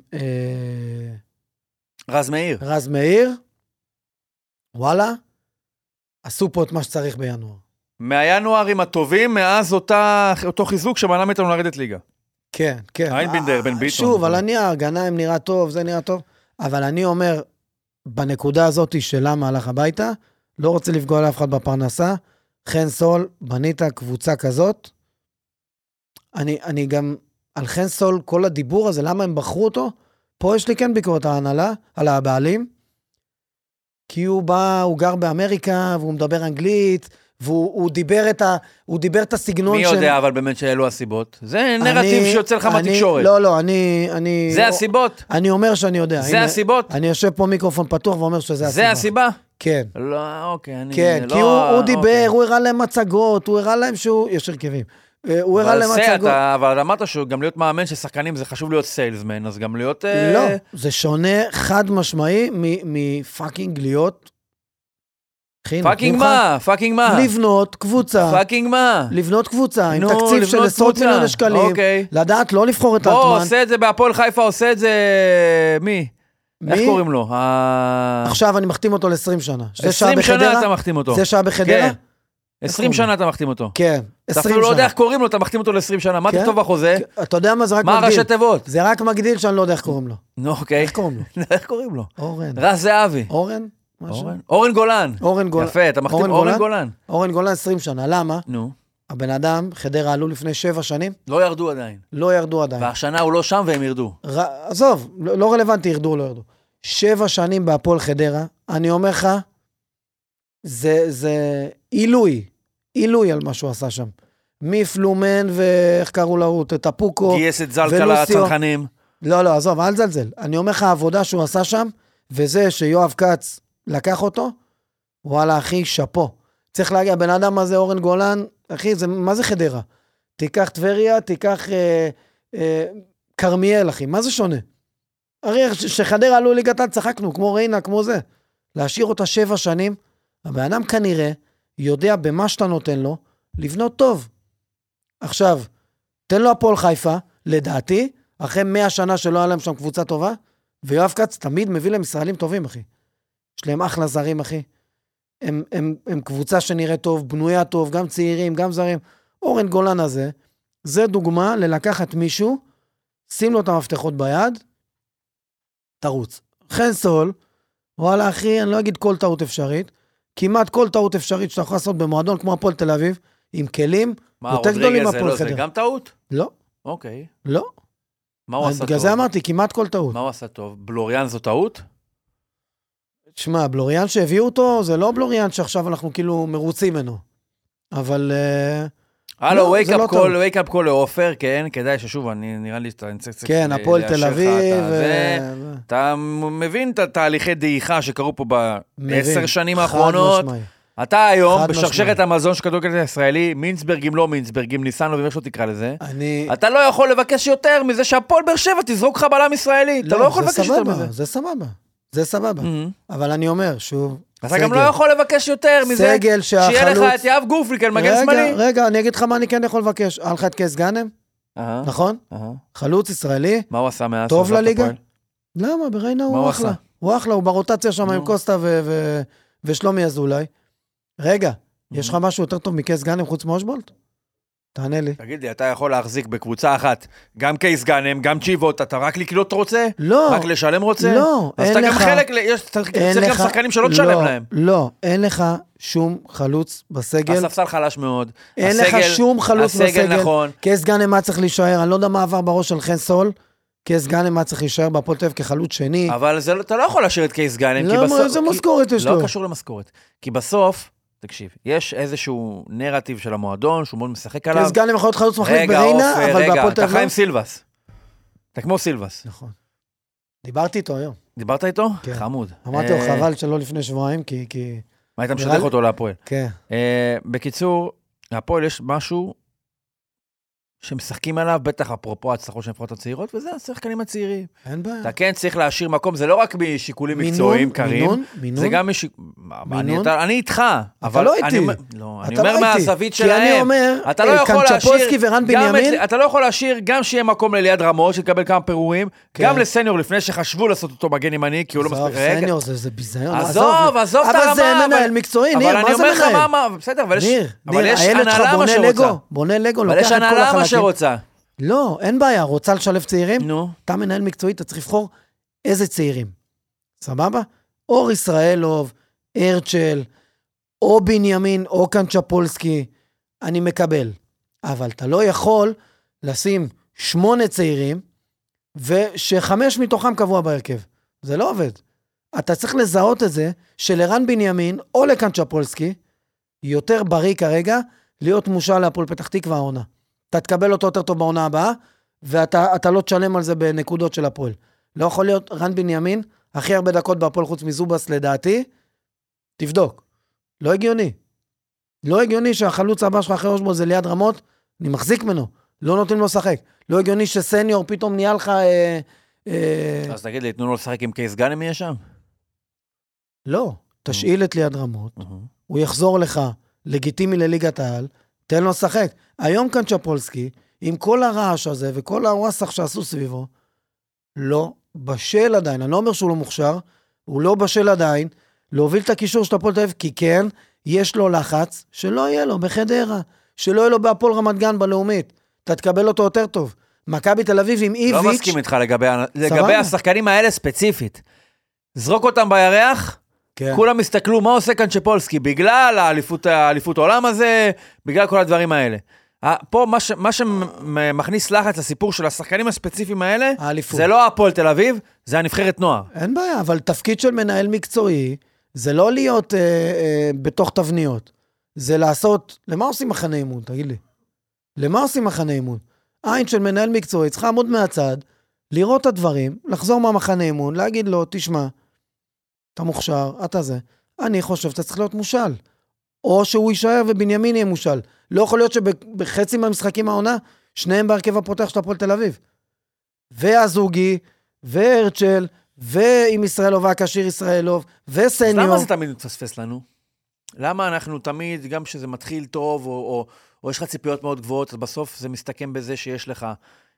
רז מאיר, וואלה, עשו פה את מה שצריך בינואר. מהינוארים הטובים, מאז אותו חיזוק שמנע מאיתנו לרדת ליגה. כן. איינבינדר, בן ביטון. שוב, על הנייר, גנאים נראה טוב, זה נראה טוב, אבל אני אומר, בנקודה הזאת שלה הלך הביתה, לא רוצה לפגוע לאף אחד בפרנסה, חן סול, בנית קבוצה כזאת, אני גם... על חן סול, כל הדיבור הזה, למה הם בחרו אותו? פה יש לי כן ביקורת ההנהלה, על הבעלים, כי הוא בא, הוא גר באמריקה, והוא מדבר אנגלית, והוא דיבר את הסגנון מי יודע, אבל באמת שאלו הסיבות? זה נרטיב שיוצא לך מהתקשורת. לא, אני... זה הסיבות? אני אומר שאני יודע. זה הסיבות? אני יושב פה מיקרופון פתוח ואומר שזה הסיבה. זה הסיבה? כן. לא, אוקיי. כן, כי הוא דיבר, הוא הראה להם מצגות, הוא הראה להם שהוא... יש הרכבים. הוא הראה להם הצגות. אבל אמרת שגם להיות מאמן של שחקנים זה חשוב להיות סיילסמן, אז גם להיות... לא, זה שונה חד משמעי מפאקינג להיות... פאקינג מה? לבנות קבוצה. פאקינג מה? לבנות קבוצה עם תקציב של 10 מיליון שקלים. לדעת לא לבחור את אלטמן. בוא, עושה את זה בהפועל חיפה, עושה את זה... מי? איך קוראים לו? עכשיו אני מחתים אותו ל-20 שנה. 20 שנה אתה מחתים אותו. זה שעה בחדרה? 20 שנה אתה מחתים אותו. כן, 20 שנה. אתה אפילו לא יודע איך קוראים לו, אתה מחתים אותו ל-20 שנה. מה תכתוב בחוזה? אתה יודע מה זה רק מגדיל? מה ראשי תיבות? זה רק מגדיל שאני לא יודע איך קוראים לו. נו, אוקיי. איך קוראים לו? איך קוראים לו? אורן. רז זהבי. אורן? אורן גולן. יפה, אתה מחתים אורן גולן. אורן גולן 20 שנה, למה? נו. הבן אדם, חדרה עלו לפני 7 שנים. לא ירדו עדיין. והשנה הוא לא שם והם ירדו. עזוב, לא רלוונטי, ירדו או לא ירדו. 7 שנים בהפועל חדרה, אני אומר לך, זה עילוי על מה שהוא עשה שם. מפלומן ואיך קראו לו, טפוקו. גייס את זלקה לצנחנים. לא, עזוב, אל זלזל. אני אומר לך, העבודה שהוא עשה שם, וזה שיואב קץ לקח אותו, וואלה, אחי, שפו. צריך להגיע, בן אדם הזה, אורן גולן, אחי, מה זה חדרה? תיקח טבריה, תיקח קרמיאל, אחי, מה זה שונה? הרי שחדרה עלו ליגת-על, צחקנו, כמו ריינה, כמו זה. להשאיר אותה 7 שנים, הבן אדם כנראה יודע במה שאתה נותן לו, לבנות טוב. עכשיו, תן לו הפועל חיפה, לדעתי, אחרי 100 שנה שלא היה להם שם קבוצה טובה, ויואב קץ תמיד מביא להם ישראלים טובים, אחי. יש להם אחלה זרים, אחי. הם קבוצה שנראה טוב, בנויה טוב, גם צעירים, גם זרים. אורן גולן הזה, זה דוגמה ללקחת מישהו, שים לו את המפתחות ביד, תרוץ. חן סול, וואלה אחי, אני לא אגיד כל טעות אפשרית, כמעט כל טעות אפשרית שאתה יכול לעשות במועדון כמו הפועל תל אביב, עם כלים, יותר גדולים מהפועל חדרה. זה גם טעות? לא. אוקיי. לא. מה הוא עשה טוב? בגלל זה אמרתי, כמעט כל טעות. מה הוא עשה טוב? בלוריאן זו טעות? תשמע, בלוריאן שהביאו אותו, זה לא בלוריאן שעכשיו אנחנו כאילו מרוצים ממנו. אבל... הלו, wake up call לעופר, כן, כדאי ששוב, נראה לי שאתה נצטרך... כן, הפועל תל אביב... אתה מבין את התהליכי דעיכה שקרו פה ב10 שנים האחרונות? אתה היום, בשרשרת המזון של כדורגל הישראלי, מינסברגים, לא מינסברגים, ניסנו ואיך שלא תקרא לזה, אתה לא יכול לבקש יותר מזה שהפועל באר שבע תזרוק לך בלם ישראלי, אתה לא יכול לבקש יותר מזה. זה סבבה. אבל אני אומר, שוב, אתה גם לא יכול לבקש יותר מזה, שיהיה לך את יאב גופליקל, מגן שמאלי. רגע, אני אגיד לך מה אני כן יכול לבקש. היה לך את קייס גאנם, נכון? חלוץ ישראלי, מה הוא עשה מאז? טוב לליגה? למה? בריינה הוא אחלה. הוא אחלה, הוא ברוטציה שם עם קוסטה ושלומי אזולאי. רגע, יש לך משהו יותר טוב מקייס גאנם חוץ מאושבולט? תענה לי. תגיד לי, אתה יכול להחזיק בקבוצה אחת, גם קייס גאנם, גם צ'יבות, אתה רק לקלוט רוצה? לא. רק לשלם רוצה? לא, אז אתה גם חלק, צריך גם שחקנים שלא תשלם להם. לא, אין לך שום חלוץ בסגל. הספסל חלש מאוד. אין לך שום חלוץ בסגל. הסגל נכון. קייס גאנם מה צריך להישאר, אני לא יודע מה עבר בראש של חן סול, קייס גאנם מה צריך להישאר בהפועל תל אביב כחלוץ שני. אבל אתה לא יכול להשאיר את קייס גאנם. למה? איזה משכורת יש לו? לא קשור למשכורת. כי בסוף, תקשיב, יש איזשהו נרטיב של המועדון, שהוא מאוד משחק עליו. קייס גאנם יכול להיות חלוץ מחליף בריינה, אבל בהפועל תל אביב... אתה חיים סילבס. אתה כמו סילבס. נכון. דיברתי איתו היום. דיברת איתו? כן. חמוד. אמרתי לו חבל שלא לפני שבועיים, כי... מה היית משדך אותו להפועל? כן. בקיצור, להפועל יש משהו שמשחקים עליו, בטח אפרופו הצלחות של הנבחרות הצעירות, וזה השחקנים הצעירים. אין בעיה. אתה כן צריך להשאיר מקום, זה לא רק משיקולים מקצועיים קרים. מינון? זה גם מינון? אני איתך. אתה לא איתי. אני אומר מהזווית שלהם. כי אני אומר, קנצ'פולסקי ורן בנימין... אתה לא יכול להשאיר גם שיהיה מקום לליד רמות, שתקבל כמה פירורים, גם לסניור לפני שחשבו לעשות אותו מגן ימני, כי הוא לא מספיק... סניור זה ביזיון. עזוב את הרמה. אבל זה מנהל מקצועי, ניר, מה זה מנהל? בסדר, אבל יש הנהלה מה שרוצה. בונה לגו, אבל יש הנהלה מה שרוצה. לא, אין בעיה, רוצה לשלב צעירים? נו. אתה מנהל מקצועי, אתה צריך לבחור איזה צעירים. סבבה? אור ישראלוב, הרצ'ל, או בנימין, או קנצ'פולסקי, אני מקבל. אבל אתה לא יכול לשים 8 צעירים, ש5 מתוכם קבוע בהרכב. זה לא עובד. אתה צריך לזהות את זה, שלרן בנימין, או לקנצ'פולסקי, יותר בריא כרגע, להיות מושל להפועל פתח תקווה העונה. אתה תקבל אותו יותר טוב בעונה הבאה, ואתה לא תשלם על זה בנקודות של הפועל. לא יכול להיות רן בנימין, הכי הרבה דקות בהפועל חוץ מזובס לדעתי, תבדוק. לא הגיוני. לא הגיוני שהחלוץ הבא שלך אחרי ראש בו זה ליד רמות, אני מחזיק ממנו, לא נותנים לו לשחק. לא הגיוני שסניור פתאום נהיה לך... אז תגיד לי, תנו לו לשחק עם קייס גאנם יהיה שם? לא, תשאיל את ליד רמות, הוא יחזור לך לגיטימי לליגת העל, תן לו לשחק. היום קנצ'פולסקי, עם כל הרעש הזה וכל הווסח שעשו סביבו, לא בשל עדיין. אני לא אומר שהוא לא מוכשר, הוא לא בשל עדיין, להוביל את הקישור של הפועל תל אביב, כי כן, יש לו לחץ, שלא יהיה לו בחדרה, שלא יהיה לו בהפועל רמת גן בלאומית. אתה תקבל אותו יותר טוב. מכבי תל אביב עם איביץ'... לא מסכים איתך לגבי השחקנים האלה ספציפית. זרוק אותם בירח, כן. כולם הסתכלו מה עושה קנצ'פולסקי, בגלל האליפות העולם הזה, בגלל כל הדברים האלה. פה מה שמכניס לחץ לסיפור של השחקנים הספציפיים האלה, האליפות. זה לא הפועל תל אביב, זה הנבחרת נוער. אין בעיה, אבל תפקיד של מנהל מקצועי, זה לא להיות בתוך תבניות, זה לעשות, למה עושים מחנה אימון, תגיד לי? למה עושים מחנה אימון? עין של מנהל מקצועי, צריכה לעמוד מהצד, לראות את הדברים, לחזור מהמחנה אימון, להגיד לו, תשמע, אתה מוכשר, אתה זה. אני חושב שאתה צריך להיות מושל. או שהוא יישאר ובנימין יהיה מושל. לא יכול להיות שבחצי מהמשחקים העונה, שניהם בהרכב הפותח של הפועל תל אביב. והזוגי, והרצ'ל, ועם ישראלוב, והקשיר ישראלוב, וסניור. אז למה זה תמיד מתפספס לנו? למה אנחנו תמיד, גם כשזה מתחיל טוב, או יש לך ציפיות מאוד גבוהות, אז בסוף זה מסתכם בזה שיש לך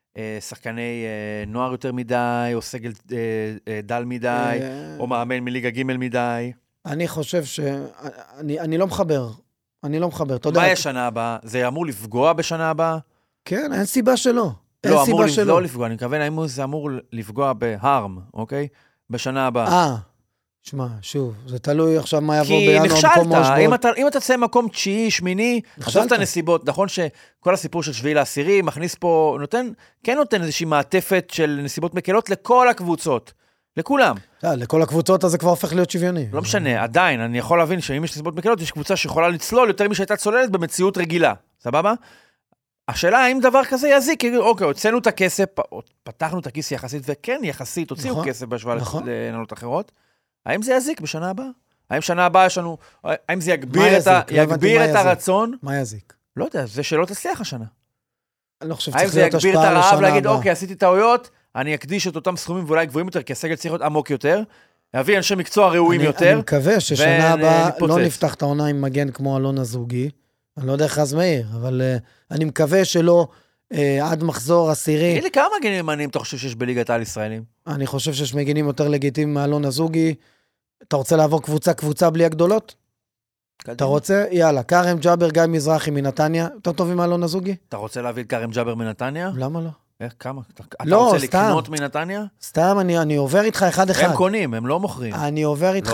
שחקני נוער יותר מדי, או סגל דל מדי, או מאמן מליגה ג' מדי. אני חושב אני לא מחבר. אני לא מחבר. מה יש שנה הבאה? זה אמור לפגוע בשנה הבאה? כן, אין סיבה שלא. לא, אמור לא לפגוע. אני מכוון, האם זה אמור לפגוע בהרם, אוקיי? בשנה הבאה. שמע, שוב, זה תלוי עכשיו מה יבוא בינואר. כי נכשלת, אם אתה תצא מקום 9, 8, עזוב את הנסיבות, נכון שכל הסיפור של 7 ל-10 מכניס פה, כן נותן איזושהי מעטפת של נסיבות מקלות לכל הקבוצות, לכולם. לכל הקבוצות אז זה כבר הופך להיות שוויוני. לא משנה, עדיין, אני יכול להבין שאם יש נסיבות מקלות, יש קבוצה שיכולה לצלול יותר משהייתה צוללת במציאות רגילה, סבבה? השאלה האם דבר כזה יזיק, אוקיי, הוצאנו את הכסף, פתחנו את הכיס יחסית, וכן יחסית, הוציאו כסף בהשוואה לנהלות אחרות. האם זה יזיק בשנה הבאה? האם שנה הבאה יש לנו, האם זה יגביר את הרצון? מה יזיק? לא יודע, זה שלא תצליח השנה. אני לא חושב שצריך להיות השפעה לשנה הבאה. האם זה יגביר את הרעב להגיד, אוקיי, עשיתי טעויות, אני אקדיש את אותם סכומים ואולי גבוהים יותר, כי הסגל צריך להיות עמוק יותר, להביא אנשי מקצוע ראויים יותר. אני מקווה ששנה הבאה לא נפתח את העונה עם מגן כמו אלון הזוגי, אני לא יודע איך אז מאיר, אבל אני מקווה שלא עד מחזור 10. תגיד לי, כמה מגנים ימניים אתה חושב שיש בליגת העל ישראלים? אני חושב שיש מגנים יותר לגיטימיים מאלון הזוגי. אתה רוצה לעבור קבוצה בלי הגדולות? אתה רוצה? יאללה, קרם ג'אבר, גיא מזרחי מנתניה, יותר טובים מאלון הזוגי? אתה רוצה להביא את קרם ג'אבר מנתניה? למה לא? איך, כמה? אתה רוצה לקנות מנתניה? סתם, אני עובר איתך אחד. הם קונים, הם לא מוכרים. אני עובר איתך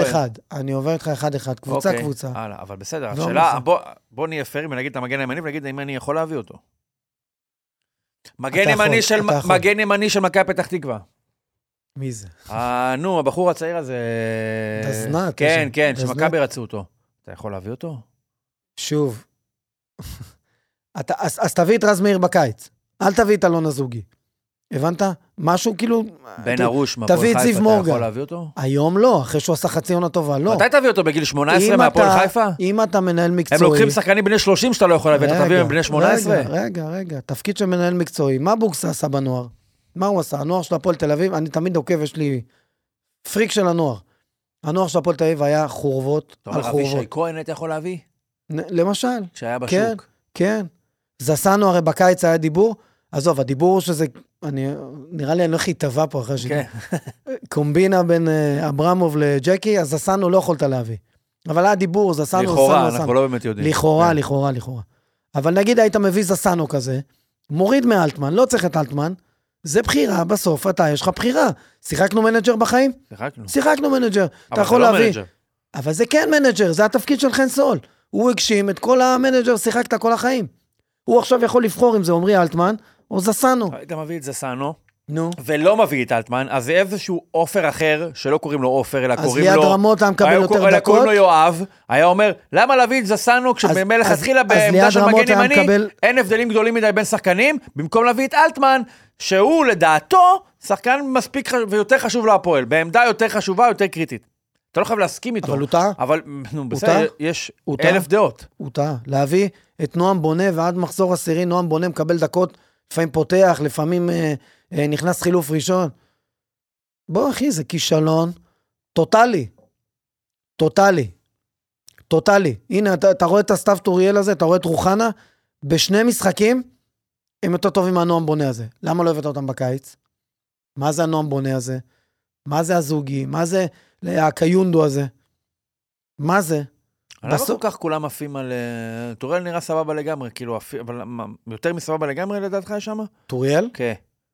אחד. קבוצה. הלאה, אבל בסדר, השאלה, בוא נהיה פיירים ונגיד את המגן הימני ונגיד אם אני יכול להביא אותו. מגן ימני של מכבי פתח תקווה. מי זה? נו, הבחור הצעיר הזה... דזנת. כן, שמכבי רצו אותו. אתה יכול להביא אותו? שוב. אז תביא את רז מאיר בקיץ. אל תביא את אלון אזוגי. הבנת? משהו כאילו... בן ארוש, מהפועל חיפה, אתה יכול להביא אותו? היום לא, אחרי שהוא עשה חצי עונה טובה, לא. מתי תביא אותו? בגיל 18 מהפועל חיפה? אם אתה מנהל מקצועי... הם לוקחים שחקנים בני 30 שאתה לא יכול להביא, אתה תביא הם בני 18? רגע, תפקיד של מנהל מקצועי. מה בוקס עשה בנוער? מה הוא עשה? הנוער של הפועל תל אביב, אני תמיד עוקב, יש לי פריק של הנוער. הנוער של הפועל תל אביב היה חורבות על חורבות. אבישי כהן אתה יכול להביא? למשל. שהיה בשוק. כן. זסנו הרי בקיץ היה דיבור, עזוב, הדיבור שזה, נראה לי אני הולך להתאבע פה אחרי קומבינה בין אברמוב לג'קי, אז זסנו לא יכולת להביא. אבל היה דיבור, זסנו. לכאורה, אנחנו לא באמת יודעים. לכאורה. אבל נגיד היית מביא זסנו כזה, מוריד מאלטמן, לא צריך את אלטמן, זה בחירה, בסוף אתה, יש לך בחירה. שיחקנו מנג'ר בחיים? שיחקנו מנג'ר. אתה יכול להביא. אבל זה כן מנג'ר, זה התפקיד של חן סול. הוא הגשים את כל המנג'ר, שיחקת כל החיים. הוא עכשיו יכול לבחור אם זה עומרי אלטמן, או זסנו. היית מביא את זסנו, ולא מביא את אלטמן, אז זה איזשהו אופר אחר, שלא קוראים לו אופר, אלא קוראים לו... אז ליד רמות היה מקבל יותר דקות. אלא קוראים לו יואב, היה אומר, למה להביא את זסנו, כשבמלך התחילה בעמדה של מגן ימני, אין הבדלים גדולים מדי בין שחקנים, במקום להביא את אלטמן, שהוא לדעתו, שחקן מספיק ויותר חשוב להפועל, בעמדה יותר חשובה, יותר קריטית. אתה לא חייב להסכים איתו. אבל הוא טעה. אבל בסדר, יש 1000 דעות. הוא טעה. להביא את נועם בונה, ועד מחזור עשירי, נועם בונה מקבל דקות, לפעמים פותח, לפעמים נכנס חילוף ראשון. בוא אחי, זה כישלון טוטלי. הנה, אתה רואה את הסתיו טוריאל הזה, אתה רואה את רוחנה, בשני משחקים, הם יותר טובים מהנועם בונה הזה. למה לא הבאת אותם בקיץ? מה זה הנועם בונה הזה? מה זה הזוגי? מה זה הקיונדו הזה? מה זה? לא כל כך כולם עפים על... טוריאל נראה סבבה לגמרי, כאילו, אבל יותר מסבבה לגמרי לדעתך שם? טוריאל? כן.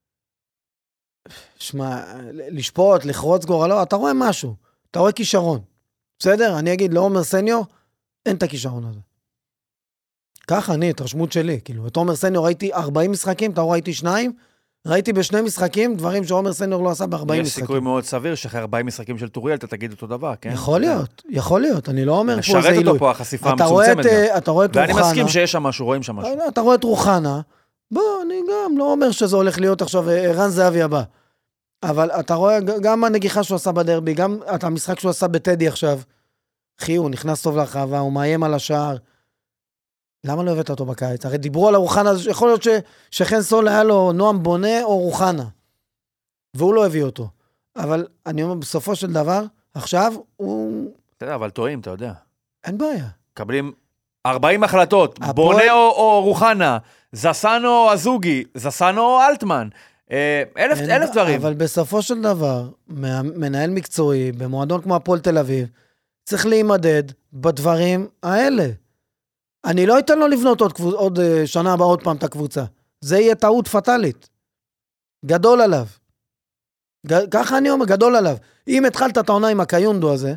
שמע, לשפוט, לחרוץ גורלו, אתה רואה משהו, אתה רואה כישרון. בסדר? אני אגיד, לעומר סניור, אין את הכישרון הזה. ככה אני, התרשמות שלי, כאילו, את עומר סניור ראיתי 40 משחקים, אתה רואה ראיתי 2, ראיתי בשני משחקים, דברים שעומר סניור לא עשה ב-40 משחקים. יש סיכוי מאוד סביר שאחרי 40 משחקים של טוריאל, אתה תגיד אותו דבר, כן? יכול להיות, אני לא אומר פה זה משרת אותו פה, החשיפה המצומצמת גם. אתה רואה את רוחנה. ואני מסכים שיש שם משהו, רואים שם משהו. אתה רואה את רוחנה, בוא, אני גם לא אומר שזה הולך להיות עכשיו ערן זהבי הבא. אבל אתה רואה גם הנגיחה שהוא עשה בדרבי, גם את המשחק שהוא עשה בטדי עכשיו, אחי, הוא נכנס טוב לרחבה, הוא מאיים על השער. למה לא הבאת אותו בקיץ? הרי דיברו על הרוחנה, יכול להיות שחן סול היה לו נועם בונה או רוחנה, והוא לא הביא אותו. אבל אני אומר, בסופו של דבר, עכשיו הוא... אתה יודע, אבל טועים, אתה יודע. אין בעיה. קבלים 40 החלטות, בונה או רוחנה, זסנו או אזוגי, זסנו או אלטמן, 1000 דברים. אבל בסופו של דבר, מנהל מקצועי, במועדון כמו הפועל תל אביב, צריך להימדד בדברים האלה. אני לא אתן לו לבנות עוד שנה הבאה עוד פעם את הקבוצה. זה יהיה טעות פטלית. גדול עליו. ככה אני אומר, גדול עליו. אם התחלת את העונה עם הקיונדו הזה,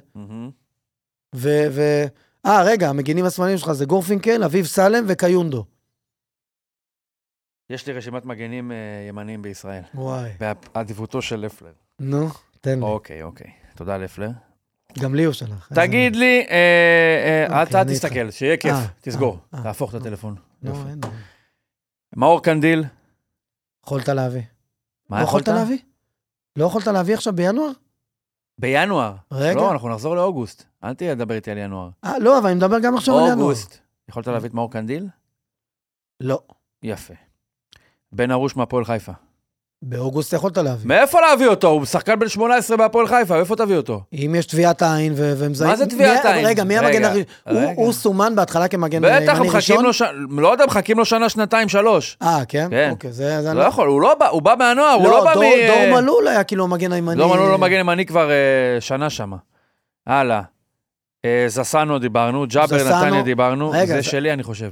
רגע, המגינים השמאליים שלך זה גורפינקל, אביב סלם וקיונדו. יש לי רשימת מגנים ימניים בישראל. וואי. בעדיפותו של לפלר. נו, תן לי. אוקיי. תודה לפלר. גם לי הוא שלח. תגיד לי, אל תסתכל, שיהיה כיף, תסגור, תהפוך את הטלפון. מאור קנדיל. יכולת להביא. מה יכולת? לא יכולת להביא עכשיו בינואר? בינואר? רגע. לא, אנחנו נחזור לאוגוסט. אל תדבר איתי על ינואר. לא, אבל אני מדבר גם עכשיו על ינואר. אוגוסט. יכולת להביא את מאור קנדיל? לא. יפה. בן ארוש מהפועל חיפה. באוגוסט יכולת להביא. מאיפה להביא אותו? הוא שחקן בן 18 בהפועל חיפה, איפה תביא אותו? אם יש תביעת העין ומזהים... מה זה תביעת העין? רגע, מי המגן הראשון? הוא סומן בהתחלה כמגן ימני ראשון? בטח, לא יודע, מחכים לו שנה, שנתיים, 3. כן? אוקיי, זה... לא יכול, הוא בא מהנוער, הוא לא בא מ... דור מלול היה כאילו מגן הימני. דור מלול לא מגן ימני כבר שנה שמה. הלאה. זסנו דיברנו, ג'אבר נתניה דיברנו, זה שלי אני חושב.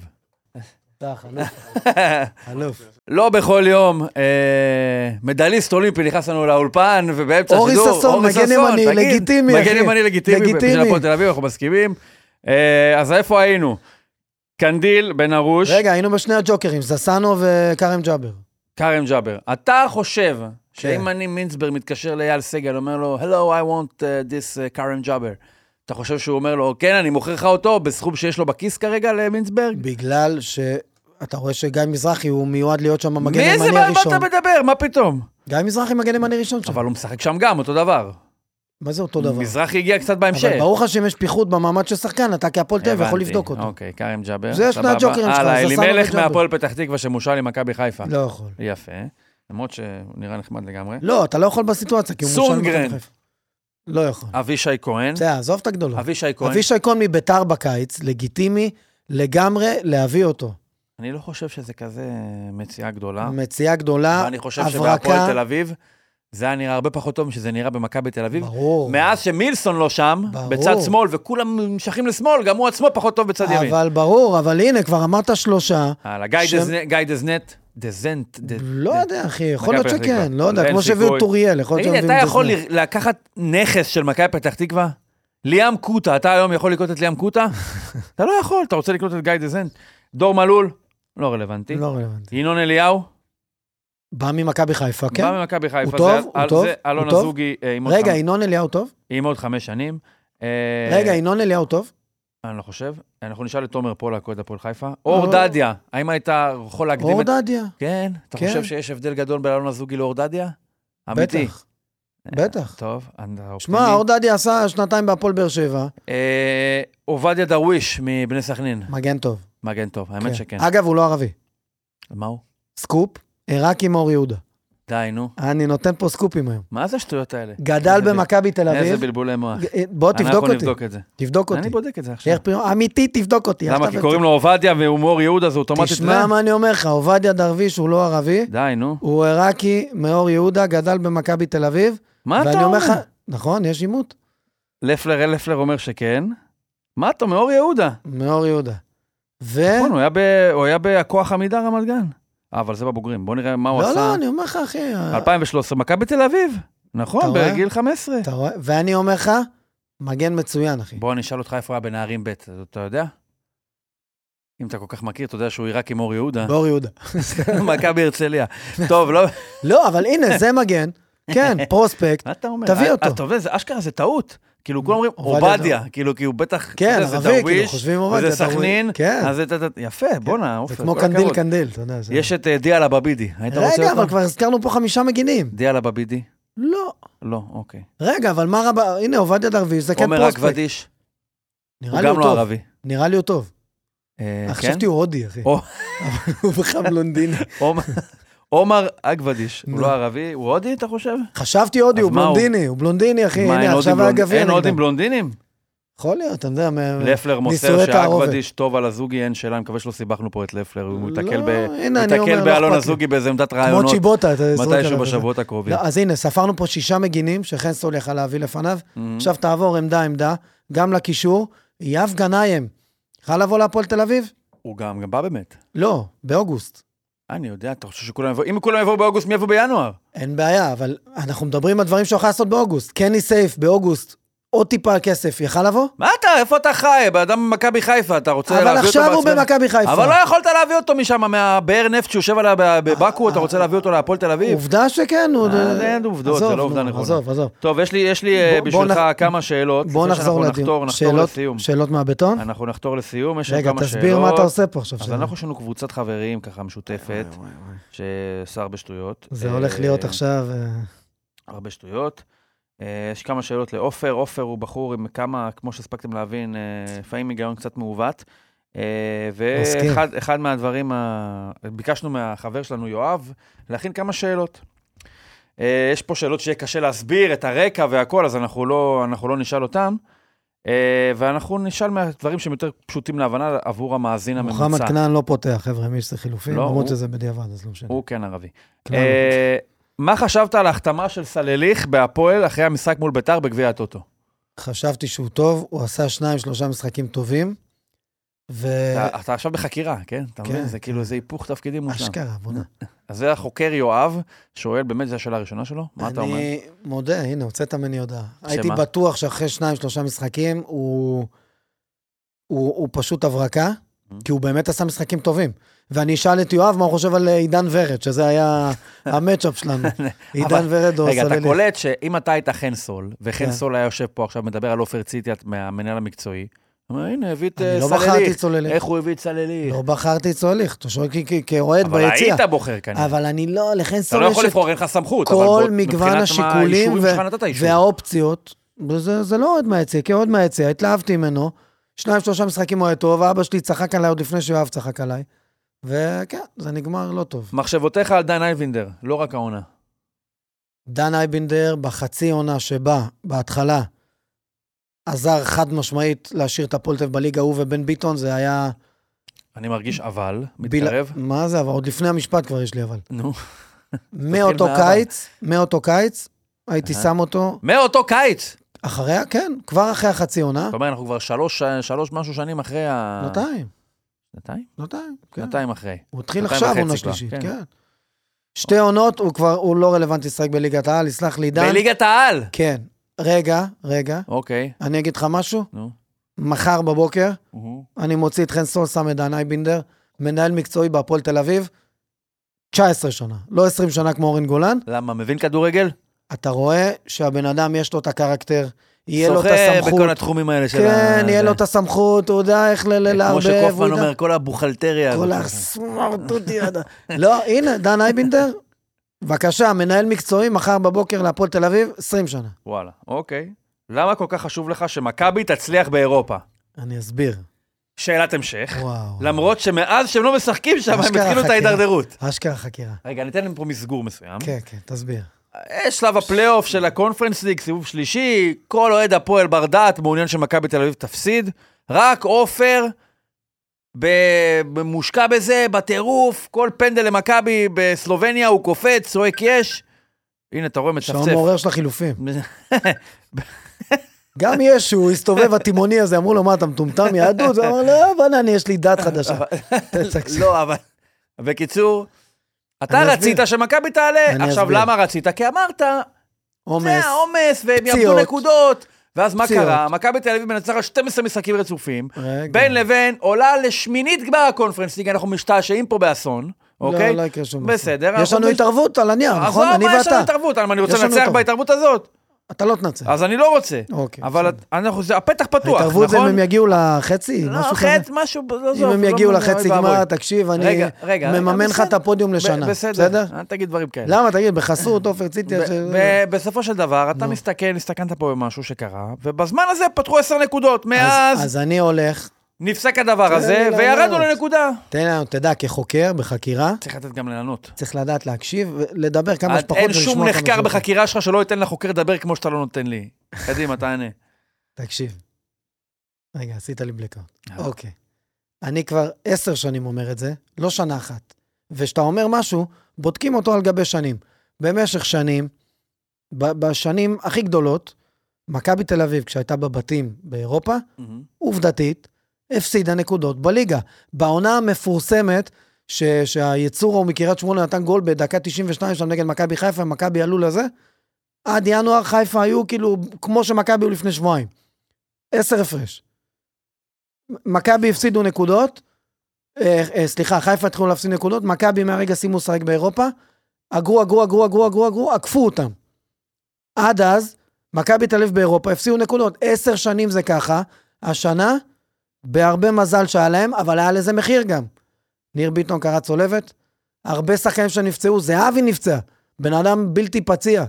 אלוף. לא בכל יום, מדליסט אולימפי נכנס לנו לאולפן, ובאמצע אורי השידור, ששון, מגן ימני, לגיטימי. מגן ימני לגיטימי, בשביל הפועל תל אביב, אנחנו מסכימים. אז איפה היינו? קנדיל, בן ארוש. רגע, היינו בשני הג'וקרים, זסנו וקרם ג'אבר. קרם ג'אבר, אתה חושב שאם אני מינסברג מתקשר לאייל סגל, אומר לו, Hello, I want this קרם ג'אבר. אתה חושב שהוא אומר לו, כן, אני מוכר לך אותו בסכום שיש לו בכיס כרגע למינסברג? בגלל שאתה רואה שגיא מזרחי הוא מיועד להיות שם מגן ימני הראשון. מאיזה מה אתה מדבר? מה פתאום? גיא מזרחי מגן ימני ראשון שם. אבל הוא משחק שם גם, אותו דבר. מה זה אותו דבר? מזרחי הגיע קצת בהמשך. אבל ברור לך שאם יש פיחות במעמד של שחקן, אתה כהפועל תל אביב יכול לבדוק אותו. אוקיי, קרם ג'אבר. זה שני הג'וקרים שלך. אלימלך מהפועל פתח תקווה שמושל עם מכבי חיפה. לא יכול. יפה. למרות שהוא נראה נחמד לגמרי. לא, אתה לא יכול בסיטואציה, כי הוא מושל סונגרן. לא יכול. אבישי כהן. זה, עזוב את הגדולה. אבישי כהן. אבישי כהן מביתר בקיץ, לגיטימי לגמרי להביא אותו. אני לא חושב שזה כזה מציאה גדולה. מציאה גדולה, ואני חושב שבהפועל תל אביב, זה היה נראה הרבה פחות טוב משזה נראה במכבי תל אביב. ברור. מאז שמילסון לא שם, בצד שמאל, וכולם נמשכים לשמאל, גם הוא עצמו פחות טוב בצד ימין. אבל ברור, אבל הנה, כבר אמרת 3. גיא דזנט, דזנט. לא יודע, אחי, יכול להיות שכן, לא יודע, כמו שהביאו טוריאל, יכול להיות שהביאו דזנט. אתה יכול לקחת נכס של מכבי פתח תקווה? ליאם קוטה, אתה היום יכול לקנות את ליאם קוטה? אתה לא יכול, אתה רוצה לקנות את גיא דזנט. דור מלול, לא רלוונטי. לא רלוונטי. ינון אליהו? בא ממכבי חיפה, כן? בא ממכבי חיפה. הוא טוב? הוא טוב? זה אלון הזוגי. רגע, ינון אליהו טוב? עם עוד 5 שנים. רגע, ינון אליהו טוב? אני לא חושב. אנחנו נשאל את תומר פולק, אוהד הפועל חיפה. אור דדיה, האם הייתה יכול להקדים את... אור דדיה. כן? אתה חושב שיש הבדל גדול בין אלון הזוגי לאור דדיה? אמיתי. בטח. בטח. טוב. שמע, אור דדיה עשה 2 בהפועל באר שבע. עובדיה דרוויש מבני סכנין. מגן טוב. מגן טוב, האמת שכן. אגב, הוא לא ערבי. מה הוא? סקופ, רק עם אור יהודה. די, נו. אני נותן פה סקופים היום. מה זה השטויות האלה? גדל במכבי תל אביב. איזה בלבולי מוח. בוא תבדוק אותי. אנחנו נבדוק את זה. תבדוק אותי. אני בודק את זה עכשיו. אמיתי, תבדוק אותי. למה? כי קוראים לו עובדיה והוא מאור יהודה, זה אוטומטית זה? תשמע מה אני אומר לך, עובדיה דרוויש הוא לא ערבי. די, נו. הוא עיראקי מאור יהודה, גדל במכבי תל אביב. מה אתה אומר? נכון, יש עימות. לפלר אומר שכן. מה אתה, מאור יהודה? מאור יהודה. נכון, הוא היה בכוח עמידה רמת גן. אבל זה בבוגרים, בוא נראה מה הוא עשה. לא, אני אומר לך, אחי. 2013, מכבי תל אביב. נכון, בגיל 15. אתה רואה? ואני אומר לך, מגן מצוין, אחי. בוא, אני אשאל אותך איפה היה בנערים ב', אתה יודע? אם אתה כל כך מכיר, אתה יודע שהוא עיראקי מאור יהודה. מאור יהודה. מכבי הרצליה. טוב, לא... לא, אבל הנה, זה מגן. כן, פרוספקט. מה אתה אומר? תביא אותו. אתה יודע, אשכרה זה טעות. כאילו, כולם אומרים, עובדיה, כאילו, כי הוא בטח... כן, ערבי, כאילו, חושבים עובדיה. וזה סכנין, אז זה... יפה, בוא'נה, זה כמו קנדיל קנדיל, אתה יודע. יש את דיאלה בבידי. רגע, אבל כבר הזכרנו פה 5 מגינים. דיאלה בבידי? לא. לא, אוקיי. רגע, אבל מה רבה... הנה, עובדיה דרוויש, זה כן פרוספקט. עומר אגבדיש. הוא גם לא ערבי. נראה לי הוא טוב. חשבתי הוא הודי, אחי. הוא בכלל בלונדיני. עומר אגבדיש, הוא לא ערבי, הוא הודי, אתה חושב? חשבתי הודי, הוא בלונדיני, הוא בלונדיני, אחי, הנה, עכשיו הגביע. אין הודים בלונדינים? יכול להיות, אתה יודע, לפלר מוסר שאגבדיש טוב על הזוגי, אין שאלה, אני מקווה שלא סיבכנו פה את לפלר, הוא מתקל באלון הזוגי באיזה עמדת רעיונות. כמו צ'יבוטה, מתישהו בשבועות הקרובים. אז הנה, ספרנו פה 6 מגינים, שחן סול יכל להביא לפניו, עכשיו תעבור עמדה, גם לקישור, יאב גנאים, יכל לבוא להפועל תל אביב? הוא גם בא באמת. לא, באוגוסט. אני יודע, אתה חושב שכולם יבואו, אם כולם יבואו באוגוסט, מי יבואו בינואר? אין בעיה, אבל אנחנו מדברים על דברים שיוכל לעשות באוגוסט. קני סייף באוגוסט, עוד טיפה כסף, יכל לבוא? מה אתה, איפה אתה חי? באדם במכבי חיפה, אתה רוצה להביא אותו בעצמך? אבל עכשיו הוא במכבי חיפה. אבל לא יכולת להביא אותו משם, מהבאר נפט שיושב עליה בבקו, אתה רוצה להביא אותו להפועל תל אביב? עובדה שכן. אין עובדות, זה לא עובדה נכונה. עזוב. טוב, יש לי בשבילך כמה שאלות. בוא נחזור לדיון. שאלות מהבטון? אנחנו נחתור לסיום, יש רגע, תסביר מה אתה עושה פה עכשיו. אז אנחנו יש לנו קבוצת חברים, ככה משותפת, שעושה הרבה שטויות. זה הולך להיות עכשיו... הרבה שטויות. יש כמה שאלות לאופר. אופר הוא בחור עם כמה, כמו שהספקתם להבין, לפעמים היגיון קצת מעוות. ואחד מהדברים, ביקשנו מהחבר שלנו יואב, להכין כמה שאלות. יש פה שאלות שיהיה קשה להסביר את הרקע והכל, אז אנחנו לא נשאל אותם. ואנחנו נשאל מהדברים שהם יותר פשוטים להבנה עבור המאזין הממוצע. מוחמד כנען לא פותח, חבר'ה, מי שזה חילופים, למרות שזה בדיעבד, אז לא משנה. הוא כן ערבי. מה חשבת על ההחתמה של סלליך בהפועל אחרי המשחק מול ביתר בגביע הטוטו? חשבתי שהוא טוב, הוא עשה 2-3 משחקים טובים. אתה עכשיו בחקירה, כן? אתה מבין? זה כאילו איזה היפוך תפקידים מושלם. אשכרה, בונה. אז זה החוקר יואב, שואל, באמת זו השאלה הראשונה שלו? מה אתה אומר? אני מודה, הנה, הוצאת ממני הודעה. הייתי בטוח שאחרי 2-3 משחקים, הוא פשוט הברקה. כי הוא באמת עשה משחקים טובים. ואני אשאל את יואב מה הוא חושב על עידן ורד, שזה היה המאצ'אפ שלנו. עידן ורד או סלליך. רגע, אתה קולט שאם אתה היית חן סול, וחן סול היה יושב פה עכשיו, מדבר על אופר ציטי, מהמנהל המקצועי, הוא אומר, הנה, הביא את סלליך. איך הוא הביא את סלליך? לא בחרתי את סלליך, אתה שואל כאוהד ביציע. אבל היית בוחר כנראה. אבל אני לא, לחן סול אתה לא יכול לבחור, אין לך סמכות. כל מגוון השיקולים והאופציות, זה לא אוהד מהיציע, כאוהד מהיציע, התלהבתי ממנו, 2-3 משחקים הוא היה טוב, אבא שלי צחק עליי עוד לפני שיואב צחק עליי, וכן, זה נגמר לא טוב. מחשבותיך על דן אייבינדר, לא רק העונה. דן אייבינדר בחצי עונה שבה, בהתחלה, עזר חד משמעית להשאיר את הפועל תל אביב בליגה, הוא ובן ביטון, זה היה... אני מרגיש אבל, מתקרב. מה זה אבל? עוד לפני המשפט כבר יש לי אבל. נו. מאותו קיץ, הייתי שם אותו... מאותו קיץ? אחריה, כן, כבר אחרי החצי עונה. זאת אומרת, אנחנו כבר 3 משהו שנים אחרי ה... שנתיים. שנתיים? כן. שנתיים אחרי. הוא התחיל עכשיו עונה שלישית, כן. 2 עונות, הוא לא רלוונטי לשחק בליגת העל, יסלח לי דן. בליגת העל? כן. רגע. אוקיי. אני אגיד לך משהו? מחר בבוקר, אני מוציא את חן סול, שם את דן אייבינדר, מנהל מקצועי בהפועל תל אביב, 19 שנה, לא 20 שנה כמו אורן גולן. למה? מבין כדורגל? אתה רואה שהבן אדם יש לו את הקרקטר, יהיה לו את הסמכות. שוחה בכל התחומים האלה של כן, יהיה לו את הסמכות, הוא יודע איך לערבב. כמו שקופמן אומר, כל הבוכלטריה. כל הסמרטוטי. לא, הנה, דן אייבינדר, בבקשה, מנהל מקצועי, מחר בבוקר להפועל תל אביב, 20 שנה. וואלה, אוקיי. למה כל כך חשוב לך שמכבי תצליח באירופה? אני אסביר. שאלת המשך. וואו. למרות שמאז שהם לא משחקים שם, הם התחילו את ההידרדרות. אשכרה חקירה. רגע, ניתן להם פה מסגור מסוים. כן, תסביר. יש שלב הפלייאוף של הקונפרנס ליג, סיבוב שלישי, כל אוהד הפועל בר דעת מעוניין שמכבי תל אביב תפסיד, רק עופר מושקע בזה, בטירוף, כל פנדל למכבי בסלובניה הוא קופץ, צועק יש. הנה, אתה רואה מצפצף. שעון מעורר של החילופים. גם ישו, הסתובב התימוני הזה, אמרו לו, מה, אתה מטומטם יהדות? הוא אמר, לא, בנה, יש לי דת חדשה. לא, אבל, בקיצור, אתה רצית שמכבי תעלה. עכשיו, למה רצית? כי אמרת, זה העומס, והם יעמדו נקודות. ואז מה קרה? מכבי תל אביב מנצחת 12 משחקים רצופים, בין לבין עולה לשמינית גמר הקונפרנס ליג, אנחנו משתעשעים פה באסון, אוקיי? לא יקרה שום בסדר. יש לנו התערבות על הנייר, נכון? אני ואתה. יש לנו התערבות, אני רוצה לנצח בהתערבות הזאת. אתה לא תנצח. אז אני לא רוצה. אבל הפתח פתוח, נכון? ההתערבות זה אם הם יגיעו לחצי, משהו כזה? לא, משהו, אם הם יגיעו לחצי גמר, תקשיב, אני מממן לך את הפודיום לשנה. בסדר? אל תגיד דברים כאלה. למה? תגיד, בחסות, אופר ציטי. בסופו של דבר, אתה הסתכנת פה במשהו שקרה, ובזמן הזה פתחו 10 נקודות, מאז... אז אני הולך... נפסק הדבר הזה, וירדנו לנקודה. תן לנו, תדע, כחוקר, בחקירה... צריך לתת גם לענות. צריך לדעת להקשיב, לדבר כמה שפחות... אין שום נחקר בחקירה שלך שלא ייתן לחוקר לדבר כמו שאתה לא נותן לי. קדימה, תענה. תקשיב. רגע, עשית לי בלקאוט. אוקיי. אני כבר 10 שנים אומר את זה, לא שנה אחת. ושאתה אומר משהו, בודקים אותו על גבי שנים. במשך שנים, בשנים הכי גדולות, מכבי תל אביב, כשהייתה בבתים באירופה, עובדתית, הפסידה נקודות בליגה. בעונה המפורסמת, שהיצור הוא מקריית שמונה נתן גול בדקה 92 שם נגד מכבי חיפה, מכבי עלו לזה, עד ינואר חיפה היו כאילו, כמו שמכבי היו לפני שבועיים. 10 הפרש. מכבי הפסידו נקודות, חיפה התחילו להפסיד נקודות, מכבי מהרגע שימו שחק באירופה, אגרו, עקפו אותם. עד אז, מכבי תל אביב באירופה, הפסידו נקודות. 10 שנים זה ככה, השנה, בהרבה מזל שהיה להם, אבל היה לזה מחיר גם. ניר ביטון קרא צולבת, הרבה שחקנים שנפצעו, זהבי נפצע, בן אדם בלתי פציע.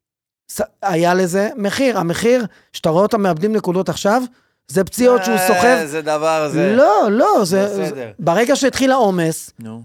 היה לזה מחיר, המחיר שאתה רואה אותם מאבדים נקודות עכשיו, זה פציעות שהוא סוחב. זה דבר, זה... לא, זה... ברגע שהתחיל העומס... נו.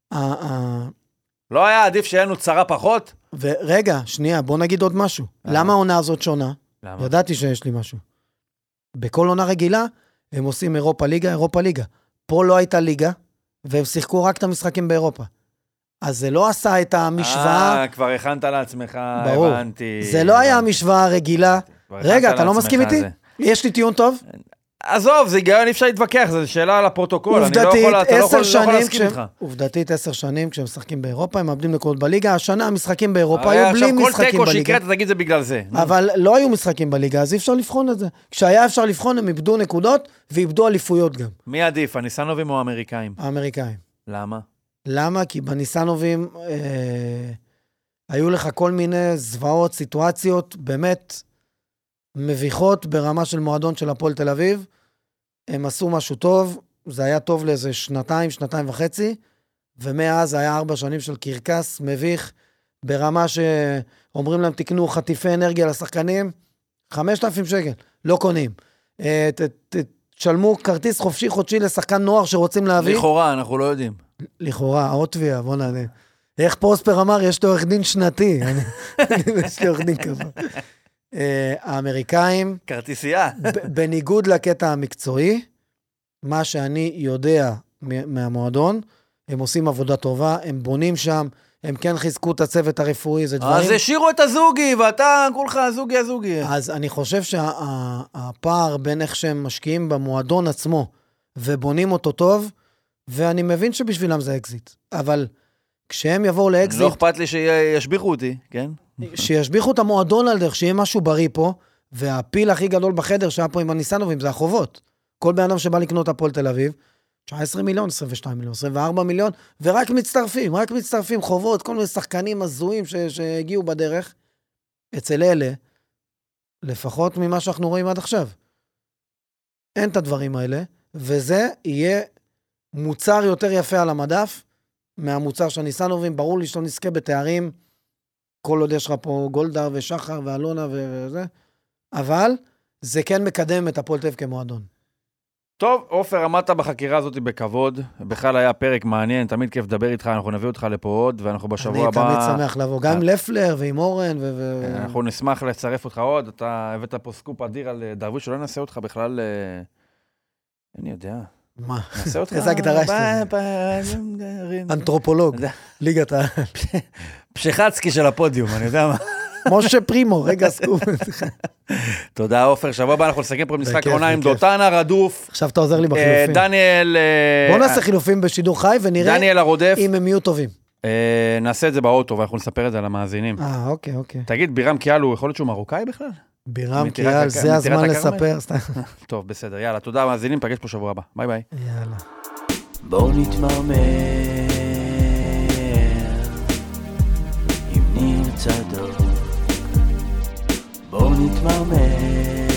לא היה עדיף שיהיה לנו צרה פחות? ורגע, שנייה, בוא נגיד עוד משהו. למה העונה הזאת שונה? למה? ידעתי שיש לי משהו. בכל עונה רגילה, הם עושים אירופה ליגה. פה לא הייתה ליגה, והם שיחקו רק את המשחקים באירופה. אז זה לא עשה את המשוואה... כבר הכנת לעצמך, ברור. הבנתי. זה לא היה המשוואה הרגילה. רגע, אתה לא מסכים איתי? יש לי טיעון טוב? עזוב, זה היגיון, אי אפשר להתווכח, זו שאלה על הפרוטוקול, אני לא יכול להסכים איתך. עובדתית 10 שנים, כשהם משחקים באירופה, הם מאבדים נקודות בליגה, השנה המשחקים באירופה היו בלי משחקים בליגה. כל תיקו שיקרה, אתה תגיד זה בגלל זה. אבל לא היו משחקים בליגה, אז אי אפשר לבחון את זה. כשהיה אפשר לבחון, הם איבדו נקודות, ואיבדו אליפויות גם. מי עדיף, הניסנובים או האמריקאים? האמריקאים. למה? למה? כי בניסנובים היו לך כל מיני זוועות, סיטואציות באמת מביכות ברמה של מועדון של הפועל תל אביב. הם עשו משהו טוב, זה היה טוב לאיזה 2 וחצי, ומאז היה 4 שנים של קרקס מביך, ברמה שאומרים להם תקנו חטיפי אנרגיה לשחקנים, 5,000 שקל, לא קונים. תשלמו כרטיס חופשי לשחקן נוער שרוצים להביא. לכאורה, אנחנו לא יודעים. לכאורה, האוטביה, בוא נענה. איך פרוספר אמר, יש לו עורך דין שנתי. יש לי עורך דין כזה. האמריקאים, כרטיסייה. בניגוד לקטע המקצועי, מה שאני יודע מהמועדון, הם עושים עבודה טובה, הם בונים שם, הם כן חיזקו את הצוות הרפואי, זה דברים. אז השאירו את הזוגי, ואתה כולך הזוגי. אז אני חושב שהפער בין איך שהם משקיעים במועדון עצמו, ובונים אותו טוב, ואני מבין שבשבילם זה אקזיט, אבל כשהם יבואו לאקזיט... לא אכפת לי שישביחו אותי, כן? שישביחו את המועדון על דרך, שיהיה משהו בריא פה, והפיל הכי גדול בחדר שהיה פה עם הניסנובים, זה החובות. כל בן אדם שבא לקנות הפועל תל אביב, 19 מיליון, 22 מיליון, 24 מיליון, ורק מצטרפים, חובות, כל מיני שחקנים הזויים שהגיעו בדרך, אצל אלה, לפחות ממה שאנחנו רואים עד עכשיו. אין את הדברים האלה, וזה יהיה מוצר יותר יפה על המדף, מהמוצר של הניסנובים, ברור לי שלא נזכה בתארים, כל עוד יש לך פה גולדהר ושחר ואלונה וזה, אבל זה כן מקדם את הפועל תל אביב כמועדון. טוב, עופר, עמדת בחקירה הזאת בכבוד, בכלל היה פרק מעניין, תמיד כיף לדבר איתך, אנחנו נביא אותך לפה עוד, ואנחנו בשבוע הבא... אני תמיד שמח לבוא, גם עם לפלר ועם אורן אנחנו נשמח לצרף אותך עוד, אתה הבאת פה סקופ אדיר על דרוויש, שלא נעשה אותך בכלל... אני יודע. מה? נעשה אותך... איזה הגדרה שלי. אנתרופולוג, ליגת ה... פשחצקי של הפודיום, אני יודע מה. משה פרימו, רגע סקופ. תודה, עופר. שבוע הבא אנחנו נסכם פה במשחק העונה עם דותנה רדוף. עכשיו אתה עוזר לי בחילופים. דניאל... בוא נעשה חילופים בשידור חי ונראה אם הם יהיו טובים. נעשה את זה באוטו ואנחנו נספר את זה על המאזינים. אוקיי. תגיד, בירם קיאל הוא יכול להיות שהוא מרוקאי בכלל? בירם קיאל, זה הזמן לספר. טוב, בסדר. יאללה, תודה, מאזינים, פגש פה שבוע הבא. ביי ביי. יאללה. בואו נתמרמר עם ניר צדוק. בואו נתמרמר